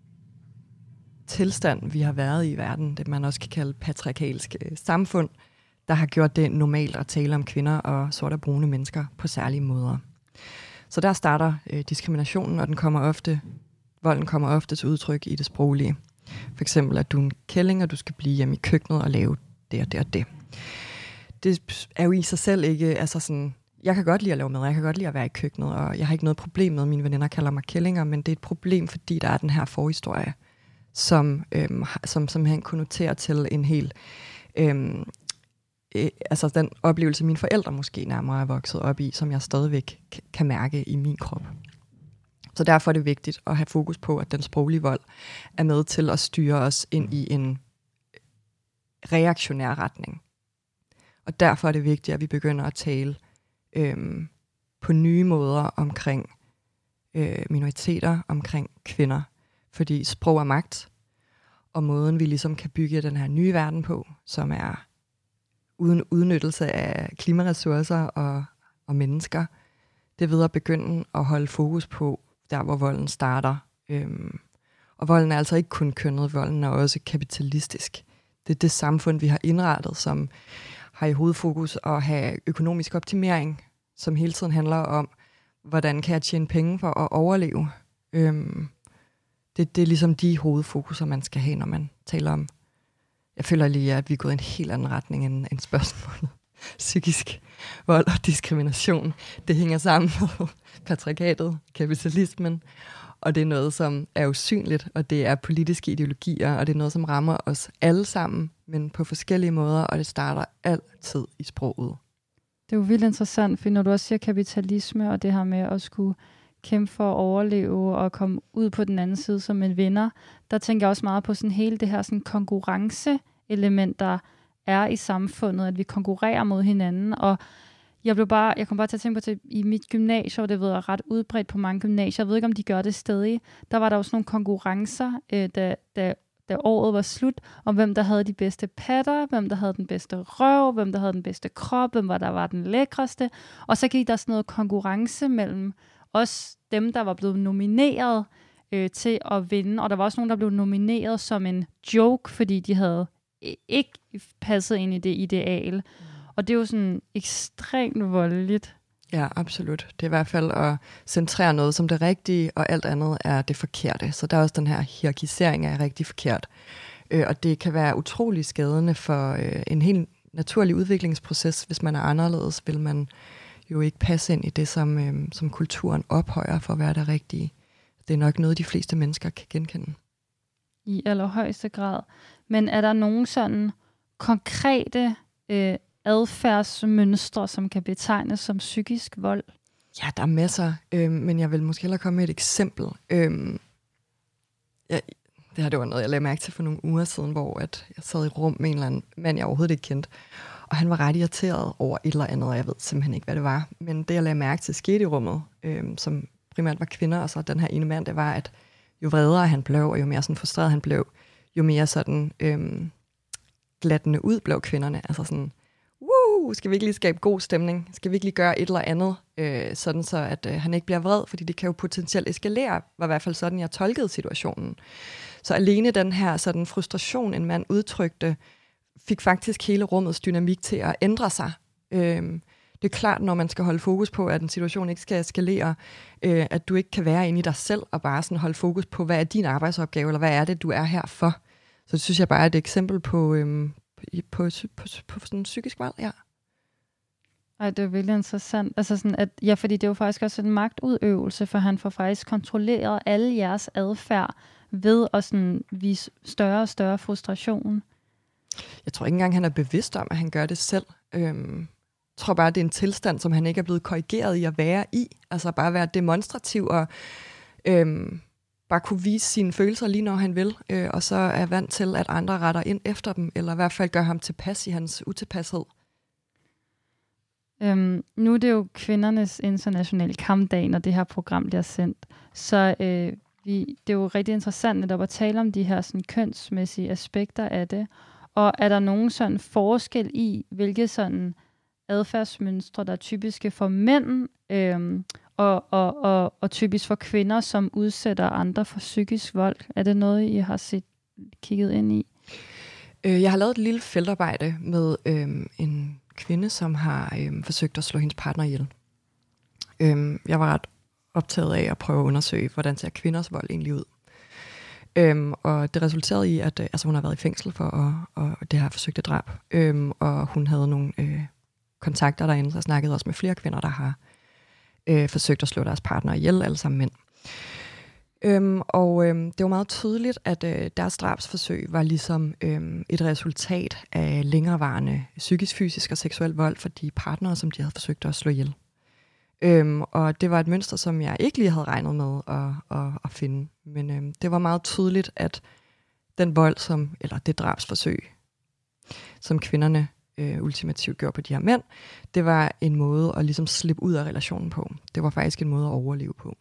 tilstand, vi har været i verden, det man også kan kalde patriarkalsk øh, samfund, der har gjort det normalt at tale om kvinder og sorte og brune mennesker på særlige måder. Så der starter øh, diskriminationen, og den kommer ofte, volden kommer ofte til udtryk i det sproglige. For eksempel, at du er en kælling, og du skal blive hjemme i køkkenet og lave det og det og det. Det er jo i sig selv ikke, altså sådan, jeg kan godt lide at lave mad, jeg kan godt lide at være i køkkenet, og jeg har ikke noget problem med, at mine veninder kalder mig kællinger, men det er et problem, fordi der er den her forhistorie, som, øhm, som simpelthen konnoterer til en hel, øhm, øh, altså den oplevelse, mine forældre måske nærmere er vokset op i, som jeg stadigvæk k- kan mærke i min krop. Så derfor er det vigtigt at have fokus på, at den sproglige vold er med til at styre os ind i en reaktionær retning. Og derfor er det vigtigt, at vi begynder at tale øhm, på nye måder omkring øh, minoriteter, omkring kvinder. Fordi sprog er magt, og måden vi ligesom kan bygge den her nye verden på, som er uden udnyttelse af klimaressourcer og, og mennesker, det er ved at begynde at holde fokus på, der hvor volden starter. Øhm, og volden er altså ikke kun kønnet, volden er også kapitalistisk. Det er det samfund, vi har indrettet, som har i hovedfokus at have økonomisk optimering, som hele tiden handler om, hvordan kan jeg tjene penge for at overleve. Øhm, det, det er ligesom de hovedfokuser, man skal have, når man taler om. Jeg føler lige, at vi er gået i en helt anden retning end, end spørgsmålet. Psykisk vold og diskrimination, det hænger sammen med patriarkatet, kapitalismen, og det er noget, som er usynligt, og det er politiske ideologier, og det er noget, som rammer os alle sammen, men på forskellige måder, og det starter altid i sproget. Det er jo vildt interessant, for når du også siger kapitalisme, og det her med at skulle kæmpe for at overleve og komme ud på den anden side som en vinder, der tænker jeg også meget på sådan hele det her sådan konkurrenceelement, der er i samfundet, at vi konkurrerer mod hinanden, og jeg blev bare, jeg kom bare til at tænke på, til i mit gymnasium, og det ved jeg ret udbredt på mange gymnasier, jeg ved ikke, om de gør det stadig, der var der også nogle konkurrencer, øh, da, da, da året var slut, om hvem der havde de bedste patter, hvem der havde den bedste røv, hvem der havde den bedste krop, hvem der var den lækreste, og så gik der sådan noget konkurrence mellem også dem, der var blevet nomineret øh, til at vinde, og der var også nogen, der blev nomineret som en joke, fordi de havde ikke passet ind i det ideal. Mm. Og det er jo sådan ekstremt voldeligt. Ja, absolut. Det er i hvert fald at centrere noget som det rigtige, og alt andet er det forkerte. Så der er også den her hierarkisering af rigtig forkert. Øh, og det kan være utrolig skadende for øh, en helt naturlig udviklingsproces. Hvis man er anderledes, vil man jo ikke passe ind i det, som, øh, som kulturen ophøjer for at være det rigtige. Det er nok noget, de fleste mennesker kan genkende. I allerhøjeste grad. Men er der nogle sådan konkrete øh, adfærdsmønstre, som kan betegnes som psykisk vold? Ja, der er masser, øh, men jeg vil måske hellere komme med et eksempel. Øh, ja, det her det var noget, jeg lagde mærke til for nogle uger siden, hvor at jeg sad i rum med en eller anden mand, jeg overhovedet ikke kendte, og han var ret irriteret over et eller andet, og jeg ved simpelthen ikke, hvad det var. Men det, jeg lagde mærke til, skete i rummet, øh, som primært var kvinder, og så den her ene mand, det var, at jo vredere han blev, og jo mere sådan frustreret han blev, jo mere sådan øhm, glattende ud blev kvinderne. Altså sådan, woo, skal vi ikke lige skabe god stemning? Skal vi ikke lige gøre et eller andet, øh, sådan så at øh, han ikke bliver vred? Fordi det kan jo potentielt eskalere, var i hvert fald sådan, jeg tolkede situationen. Så alene den her sådan frustration, en mand udtrykte, fik faktisk hele rummets dynamik til at ændre sig. Øhm, det er klart, når man skal holde fokus på, at en situation ikke skal eskalere, øh, at du ikke kan være inde i dig selv og bare sådan holde fokus på, hvad er din arbejdsopgave, eller hvad er det, du er her for. Så det synes jeg bare er et eksempel på, øhm, på, på, på, på sådan en psykisk vold, ja. Ej, det er virkelig interessant. Altså sådan, at, ja, fordi det er jo faktisk også en magtudøvelse, for han får faktisk kontrolleret alle jeres adfærd ved at sådan vise større og større frustration. Jeg tror ikke engang, han er bevidst om, at han gør det selv. Øhm, jeg tror bare, det er en tilstand, som han ikke er blevet korrigeret i at være i. Altså bare være demonstrativ og øhm, bare kunne vise sine følelser lige når han vil. Øh, og så er vant til, at andre retter ind efter dem, eller i hvert fald gør ham tilpas i hans utilpashed. Øhm, nu er det jo kvindernes internationale kampdag, når det her program bliver sendt. Så øh, vi, det er jo rigtig interessant netop at tale om de her sådan, kønsmæssige aspekter af det. Og er der nogen sådan forskel i, hvilke sådan adfærdsmønstre, der er typiske for mænd, øhm, og, og, og, og typisk for kvinder, som udsætter andre for psykisk vold? Er det noget, I har set, kigget ind i? Jeg har lavet et lille feltarbejde med øhm, en kvinde, som har øhm, forsøgt at slå hendes partner ihjel. Øhm, jeg var ret optaget af at prøve at undersøge, hvordan ser kvinders vold egentlig ud. Øhm, og det resulterede i, at øh, altså, hun har været i fængsel for at, at det her forsøgte drab. Øhm, og hun havde nogle øh, kontakter derinde, så snakkede også med flere kvinder, der har øh, forsøgt at slå deres partner ihjel, alle sammen mænd. Øhm, og øhm, det var meget tydeligt, at øh, deres drabsforsøg var ligesom øhm, et resultat af længerevarende psykisk, fysisk og seksuel vold for de partnere, som de havde forsøgt at slå ihjel. Øhm, og det var et mønster, som jeg ikke lige havde regnet med at, at, at finde. Men øhm, det var meget tydeligt, at den vold, som, eller det drabsforsøg, som kvinderne øh, ultimativt gjorde på de her mænd, det var en måde at ligesom slippe ud af relationen på. Det var faktisk en måde at overleve på.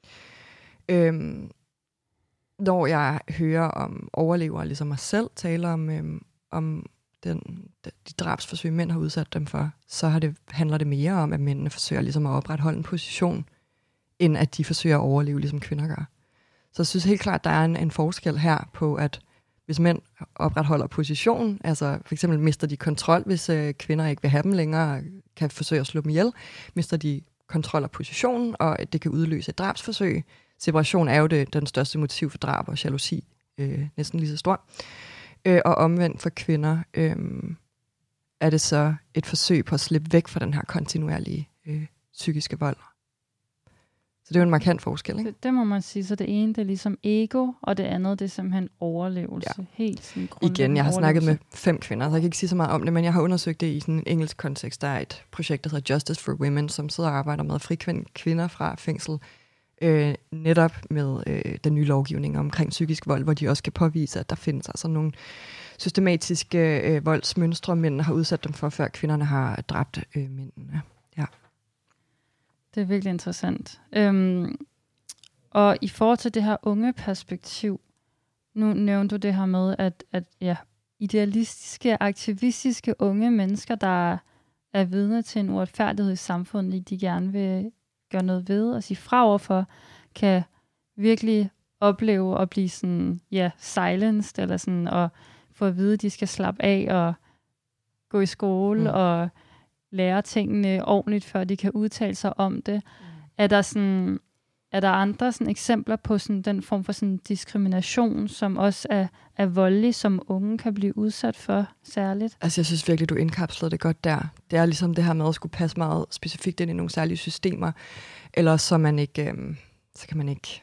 Øhm, når jeg hører om overlevere, ligesom mig selv, tale om, øhm, om den, de drabsforsøg, mænd har udsat dem for, så har det, handler det mere om, at mændene forsøger ligesom at opretholde en position, end at de forsøger at overleve, ligesom kvinder gør. Så jeg synes helt klart, at der er en, en forskel her på, at hvis mænd opretholder position, altså for eksempel mister de kontrol, hvis øh, kvinder ikke vil have dem længere, kan forsøge at slå dem ihjel, mister de kontrol af positionen, og det kan udløse et drabsforsøg. Separation er jo det, den største motiv for drab, og jalousi øh, næsten lige så stor. Øh, og omvendt for kvinder øh, er det så et forsøg på at slippe væk fra den her kontinuerlige øh, psykiske vold. Så det er jo en markant forskel, ikke? Det, det må man sige. Så det ene, det er ligesom ego, og det andet, det er simpelthen overlevelse. Ja. Helt sådan igen, jeg har snakket med fem kvinder, så jeg kan ikke sige så meget om det, men jeg har undersøgt det i sådan en engelsk kontekst. Der er et projekt, der hedder Justice for Women, som sidder og arbejder med at frikvinde kvinder fra fængsel, øh, netop med øh, den nye lovgivning omkring psykisk vold, hvor de også kan påvise, at der findes altså nogle systematiske øh, voldsmønstre, mændene har udsat dem for, før kvinderne har dræbt øh, mændene. Ja. Det er virkelig interessant. Øhm, og i forhold til det her unge perspektiv, nu nævnte du det her med, at, at ja, idealistiske, aktivistiske unge mennesker, der er vidne til en uretfærdighed i samfundet, de gerne vil gøre noget ved og sige fra overfor, kan virkelig opleve at blive sådan, ja, silenced, eller sådan, og få at vide, at de skal slappe af og gå i skole mm. og lære tingene ordentligt, før de kan udtale sig om det. Mm. Er der sådan, er der andre sådan eksempler på sådan den form for sådan diskrimination, som også er, er voldelig, som unge kan blive udsat for særligt? Altså jeg synes virkelig, du indkapslede det godt der. Det er ligesom det her med at skulle passe meget specifikt ind i nogle særlige systemer, eller så man ikke, øhm, så kan man ikke,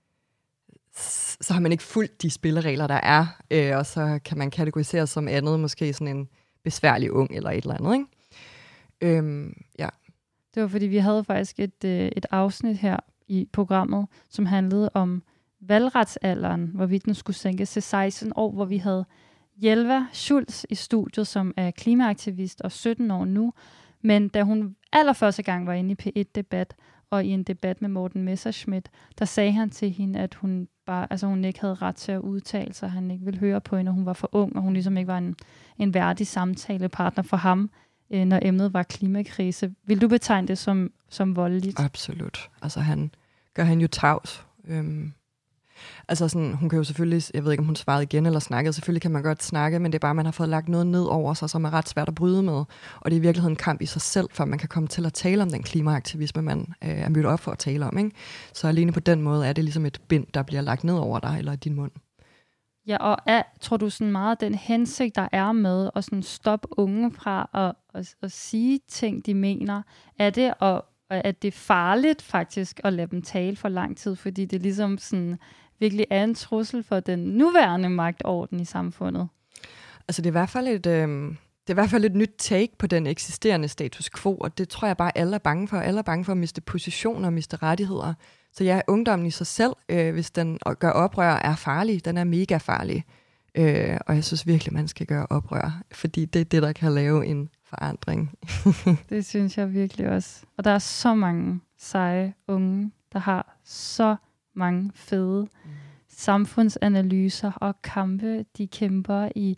så har man ikke fulgt de spilleregler, der er, øh, og så kan man kategorisere som andet, måske sådan en besværlig ung eller et eller andet, ikke? Øhm, ja. Det var fordi, vi havde faktisk et, øh, et afsnit her i programmet, som handlede om valgretsalderen, hvorvidt den skulle sænkes til seksten år, hvor vi havde Jelva Schultz i studiet, som er klimaaktivist og sytten år nu. Men da hun allerførste gang var inde i P et-debat, og i en debat med Morten Messerschmidt, der sagde han til hende, at hun bare, altså hun ikke havde ret til at udtale sig, han ikke ville høre på hende, og hun var for ung, og hun ligesom ikke var en, en værdig samtalepartner for ham, øh, når emnet var klimakrise. Vil du betegne det som, som voldeligt? Absolut. Altså han gør han jo tavs. Øhm, altså sådan, hun kan jo selvfølgelig, jeg ved ikke om hun svarede igen eller snakkede, selvfølgelig kan man godt snakke, men det er bare, man har fået lagt noget ned over sig, som er ret svært at bryde med. Og det er i virkeligheden en kamp i sig selv, for man kan komme til at tale om den klimaaktivisme, man øh, er mødt op for at tale om, ikke? Så alene på den måde er det ligesom et bind, der bliver lagt ned over dig eller i din mund. Ja, og er, tror du sådan meget den hensigt, der er med at sådan stoppe unge fra at, at, at sige ting, de mener, er det at at det er farligt faktisk at lade dem tale for lang tid, fordi det ligesom sådan virkelig er en trussel for den nuværende magtorden i samfundet? Altså det er i hvert fald et, øh, det er i hvert fald et nyt take på den eksisterende status quo, og det tror jeg bare, alle er bange for. Alle er bange for at miste positioner og miste rettigheder. Så ja, ungdommen i sig selv, øh, hvis den gør oprør, er farlig. Den er mega farlig. Øh, og jeg synes virkelig, man skal gøre oprør, fordi det er det, der kan lave en forandring. Det synes jeg virkelig også. Og der er så mange seje unge, der har så mange fede mm. samfundsanalyser og kampe, de kæmper i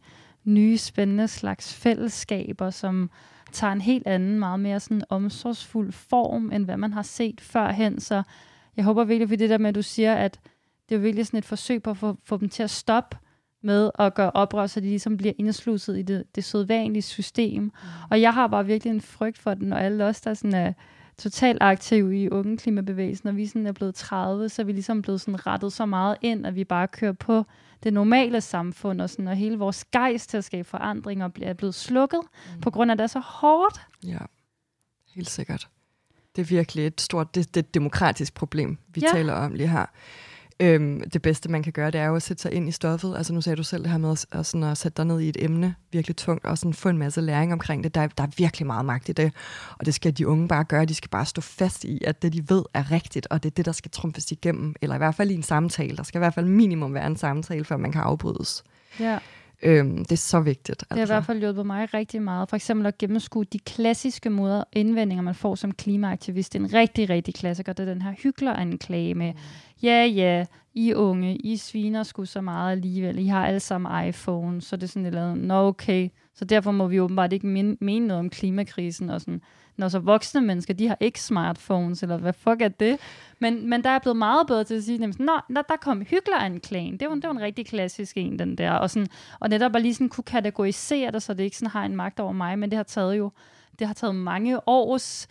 nye, spændende slags fællesskaber, som tager en helt anden, meget mere sådan omsorgsfuld form, end hvad man har set førhen. Så jeg håber virkelig, for det der med, at du siger, at det er virkelig sådan et forsøg på at få, få dem til at stoppe med at gøre oprør, så de ligesom bliver indsluset i det, det sædvanlige system. Mm. Og jeg har bare virkelig en frygt for den, og alle os, der sådan er totalt aktive i unge klimabevægelsen, når vi sådan er blevet tredive, så er vi ligesom blevet sådan rettet så meget ind, at vi bare kører på det normale samfund, og, sådan, og hele vores gejst til at skabe forandringer er blevet slukket, mm. på grund af, at det er så hårdt. Ja, helt sikkert. Det er virkelig et stort, det, det er et demokratisk problem, vi ja. taler om lige her. Øhm, det bedste, man kan gøre, det er jo at sætte sig ind i stoffet. Altså nu sagde du selv det her med at, at, sådan at sætte dig ned i et emne, virkelig tungt, og sådan få en masse læring omkring det. Der, der er virkelig meget magt i det, og det skal de unge bare gøre. De skal bare stå fast i, at det, de ved, er rigtigt, og det er det, der skal trumfes igennem. Eller i hvert fald i en samtale. Der skal i hvert fald minimum være en samtale, før man kan afbrydes. Ja. Øhm, det er så vigtigt. Altså. Det har i hvert fald hjulpet mig rigtig meget. For eksempel at gennemskue de klassiske måder, indvendinger, man får som klimaaktivist. En rigtig, rigtig klassiker, det er den her hykleranklage med, ja, ja, I unge, I sviner sgu så meget alligevel. I har alle sammen iPhone, så det er sådan et eller andet, nå okay. Så derfor må vi åbenbart ikke mene, mene noget om klimakrisen. Og sådan. Når så voksne mennesker, de har ikke smartphones, eller hvad fuck er det? Men, men der er blevet meget bedre til at sige, nemlig, nå, der, der kom hykleranklagen. Det var, det var en rigtig klassisk en, den der. Og, sådan, og netop bare lige sådan kunne kategorisere det, så det ikke sådan har en magt over mig. Men det har taget jo, det har taget mange års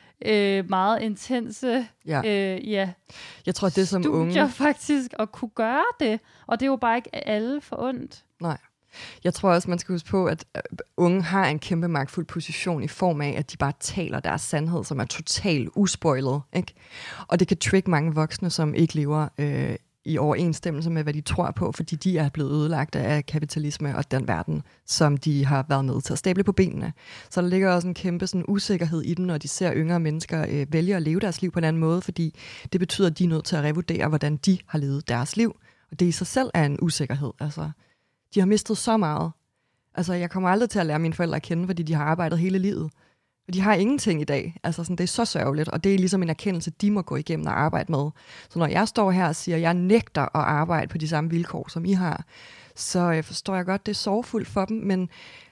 øh, meget intense ja. Øh, ja, jeg tror, det som studier unge faktisk, at kunne gøre det. Og det er jo bare ikke alle forundt. Nej. Jeg tror også, man skal huske på, at unge har en kæmpe magtfuld position i form af, at de bare taler deres sandhed, som er totalt uspoilet, ikke? Og det kan trigge mange voksne, som ikke lever øh, i overensstemmelse med, hvad de tror på, fordi de er blevet ødelagt af kapitalisme og den verden, som de har været med til at stable på benene. Så der ligger også en kæmpe sådan, usikkerhed i dem, når de ser yngre mennesker øh, vælge at leve deres liv på en anden måde, fordi det betyder, at de er nødt til at revurdere, hvordan de har levet deres liv. Og det i sig selv er en usikkerhed, altså. De har mistet så meget. Altså, jeg kommer aldrig til at lære mine forældre at kende, fordi de har arbejdet hele livet. Og de har ingenting i dag. Altså, sådan, det er så sørgeligt, og det er ligesom en erkendelse, de må gå igennem og arbejde med. Så når jeg står her og siger, at jeg nægter at arbejde på de samme vilkår, som I har, så øh, forstår jeg godt, det er sorgfuldt for dem, men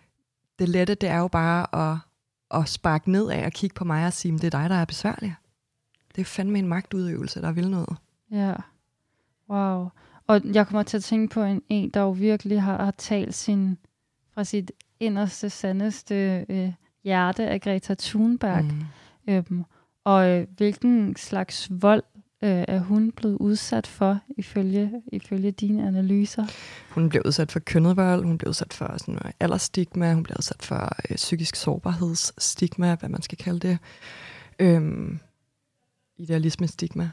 det lette, det er jo bare at, at sparke ned af og kigge på mig og sige, det er dig, der er besværlig. Det er fandme en magtudøvelse, der vil noget. Ja, wow. Og jeg kommer til at tænke på en, en der jo virkelig har, har talt sin, fra sit inderste, sandeste øh, hjerte af Greta Thunberg. Mm. Øhm, og øh, hvilken slags vold øh, er hun blevet udsat for, ifølge, ifølge dine analyser? Hun blev udsat for kønnet vold, hun blev udsat for sådan noget aldersstigma, hun blev udsat for øh, psykisk sårbarhedsstigma, hvad man skal kalde det. Øhm, idealisme-stigma.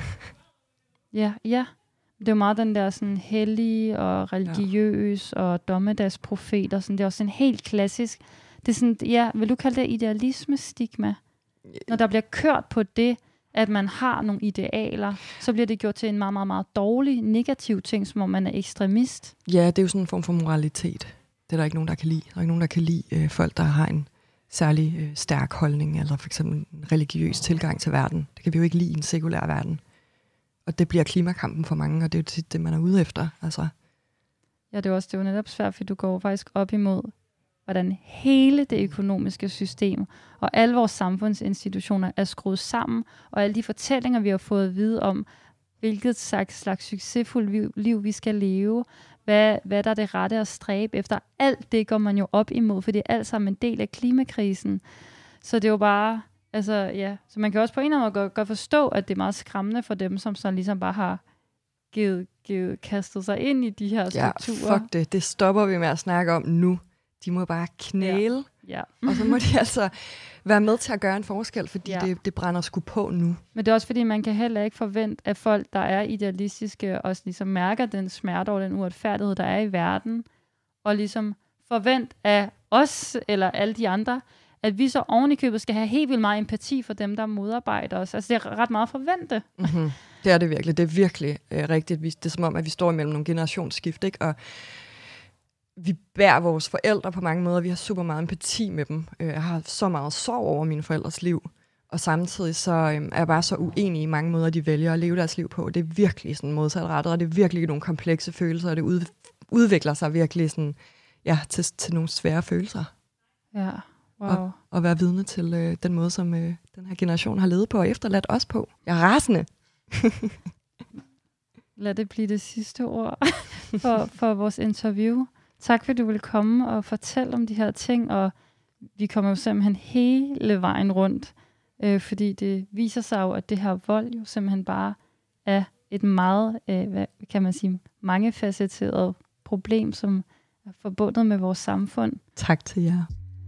ja, ja. Det er jo meget den der sådan hellige og religiøs ja. og dommedagsprofet og sådan. Det er også sådan helt klassisk. Det er sådan, ja, vil du kalde det idealisme-stigma? Når der bliver kørt på det, at man har nogle idealer, så bliver det gjort til en meget, meget, meget dårlig, negativ ting, som om man er ekstremist. Ja, det er jo sådan en form for moralitet. Det er der ikke nogen, der kan lide. Der er ikke nogen, der kan lide øh, folk, der har en særlig øh, stærk holdning, eller for eksempel en religiøs tilgang til verden. Det kan vi jo ikke lide i en sekulær verden. Og det bliver klimakampen for mange, og det er jo tit det, man er ude efter. Altså. Ja, det er også det er jo netop svært, fordi du går faktisk op imod, hvordan hele det økonomiske system og alle vores samfundsinstitutioner er skruet sammen, og alle de fortællinger, vi har fået at vide om, hvilket slags, slags succesfuldt liv vi skal leve, hvad, hvad der er det rette at stræbe efter. Alt det går man jo op imod, for det er alt sammen en del af klimakrisen. Så det er jo bare... Altså, ja. Så man kan også på en eller anden måde godt, godt forstå, at det er meget skræmmende for dem, som så ligesom bare har givet, givet, kastet sig ind i de her strukturer. Ja, fuck det. Det stopper vi med at snakke om nu. De må bare knæle, ja. Ja. og så må de altså være med til at gøre en forskel, fordi ja. det, det brænder sgu på nu. Men det er også fordi, man kan heller ikke forvente, at folk, der er idealistiske, også ligesom mærker den smerte og den uretfærdighed, der er i verden, og ligesom forvent af os, eller alle de andre, at vi så oven i købet skal have helt vildt meget empati for dem, der modarbejder os. Altså, det er ret meget forvente. Mm-hmm. Det er det virkelig. Det er virkelig øh, rigtigt. Det er som om, at vi står imellem nogle generationsskift, ikke? Og vi bærer vores forældre på mange måder. Vi har super meget empati med dem. Jeg har så meget sorg over mine forældres liv. Og samtidig så øh, er jeg bare så uenig i mange måder, de vælger at leve deres liv på. Det er virkelig sådan modsatrettet, og det er virkelig nogle komplekse følelser, og det ud, udvikler sig virkelig sådan ja, til, til nogle svære følelser. Ja, wow. Og, og være vidne til øh, den måde, som øh, den her generation har levet på og efterladt os på. Jeg er rasende. Lad det blive det sidste ord for, for vores interview. Tak fordi du ville komme og fortælle om de her ting, og vi kommer jo simpelthen hele vejen rundt, øh, fordi det viser sig jo, at det her vold jo simpelthen bare er et meget, øh, hvad kan man sige, mangefacetteret problem, som er forbundet med vores samfund. Tak til jer.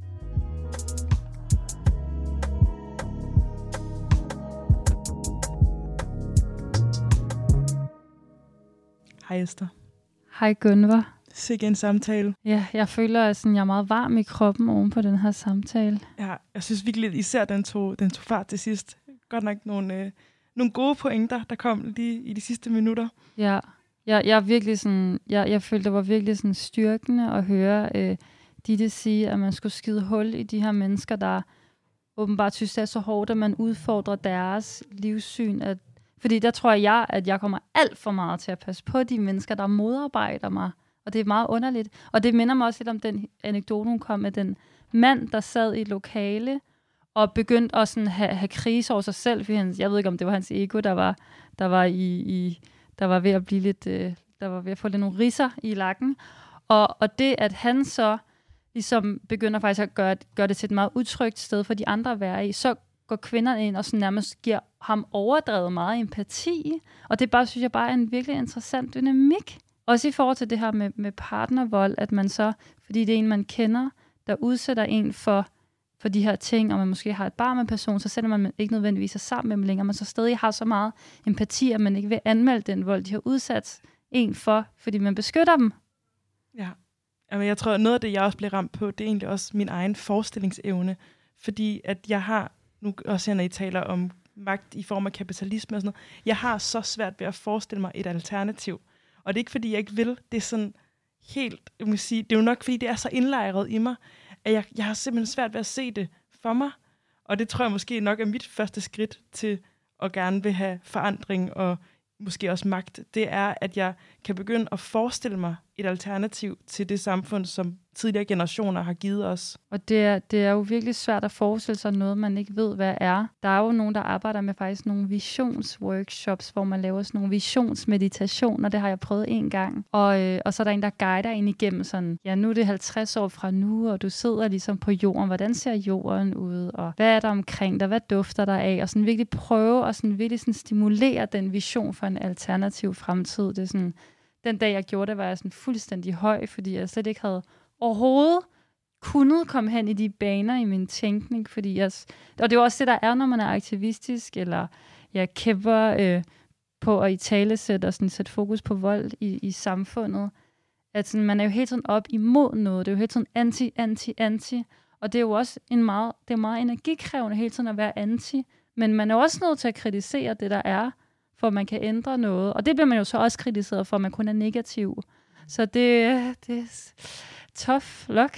Hej Esther. Hej Gunvar. Sikke en samtale. Ja, jeg føler, at sådan, jeg er meget varm i kroppen oven på den her samtale. Ja, jeg synes virkelig, især den tog, den tog fart til sidst. Godt nok nogle, øh, nogle gode pointer, der kom lige i de sidste minutter. Ja, jeg, jeg er virkelig sådan, jeg, jeg følte, det var virkelig sådan styrkende at høre øh, Ditte sige, at man skulle skide hul i de her mennesker, der åbenbart synes, det er så hårdt, at man udfordrer deres livssyn. At, fordi der tror jeg, at jeg kommer alt for meget til at passe på de mennesker, der modarbejder mig. Og det er meget underligt. Og det minder mig også lidt om den anekdote, hun kom med den mand, der sad i et lokale og begyndte at sådan have, have krise over sig selv. Fordi han, jeg ved ikke, om det var hans ego, der var, der var, i, i, der var ved at blive lidt, øh, der var ved at få lidt nogle ridser i lakken. Og, og det, at han så ligesom begynder faktisk at gøre, gøre det til et meget utrygt sted for de andre at være i, så går kvinderne ind og sådan nærmest giver ham overdrevet meget empati. Og det bare, synes jeg bare er en virkelig interessant dynamik. Også i forhold til det her med, med partnervold, at man så, fordi det er en, man kender, der udsætter en for, for de her ting, og man måske har et barn med en person, så sætter man ikke nødvendigvis sig sammen med dem længere, men så stadig har så meget empati, at man ikke vil anmelde den vold, de har udsat en for, fordi man beskytter dem. Ja, Jamen, jeg tror, noget af det, jeg også bliver ramt på, det er egentlig også min egen forestillingsevne, fordi at jeg har, nu også når I taler om magt i form af kapitalisme og sådan noget, jeg har så svært ved at forestille mig et alternativ. Og det er ikke, fordi jeg ikke vil. Det er sådan helt, jeg må sige, det er jo nok, fordi det er så indlejret i mig, at jeg, jeg har simpelthen svært ved at se det for mig. Og det tror jeg måske nok er mit første skridt til at gerne vil have forandring og måske også magt. Det er, at jeg kan begynde at forestille mig et alternativ til det samfund, som tidligere generationer har givet os. Og det er, det er jo virkelig svært at forestille sig noget, man ikke ved, hvad er. Der er jo nogen, der arbejder med faktisk nogle visionsworkshops, hvor man laver sådan nogle visionsmeditationer. Det har jeg prøvet en gang. Og, øh, og så er der en, der guider ind igennem sådan, ja, nu er det halvtreds år fra nu, og du sidder ligesom på jorden. Hvordan ser jorden ud? Og hvad er der omkring dig? Hvad dufter der af? Og sådan virkelig prøve at sådan virkelig sådan stimulere den vision for en alternativ fremtid. Det er sådan, den dag, jeg gjorde det, var jeg sådan fuldstændig høj, fordi jeg slet ikke havde overhovedet kunnet komme hen i de baner i min tænkning, fordi jeg, og det er også det, der er, når man er aktivistisk, eller jeg kæmper øh, på at italesætte og sådan sætte fokus på vold i, i samfundet, at sådan, man er jo hele tiden op imod noget, det er jo hele tiden anti, anti, anti, og det er jo også en meget, det er meget energikrævende hele tiden at være anti, men man er også nødt til at kritisere det, der er, for man kan ændre noget, og det bliver man jo så også kritiseret for, at man kun er negativ. Så det, det er tough luck.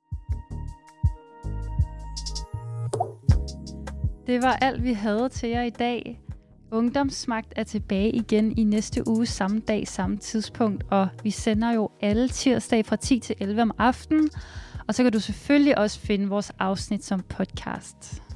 Det var alt, vi havde til jer i dag. Ungdomsmagt er tilbage igen i næste uge, samme dag, samme tidspunkt, og vi sender jo alle tirsdag fra ti til elleve om aftenen, og så kan du selvfølgelig også finde vores afsnit som podcast.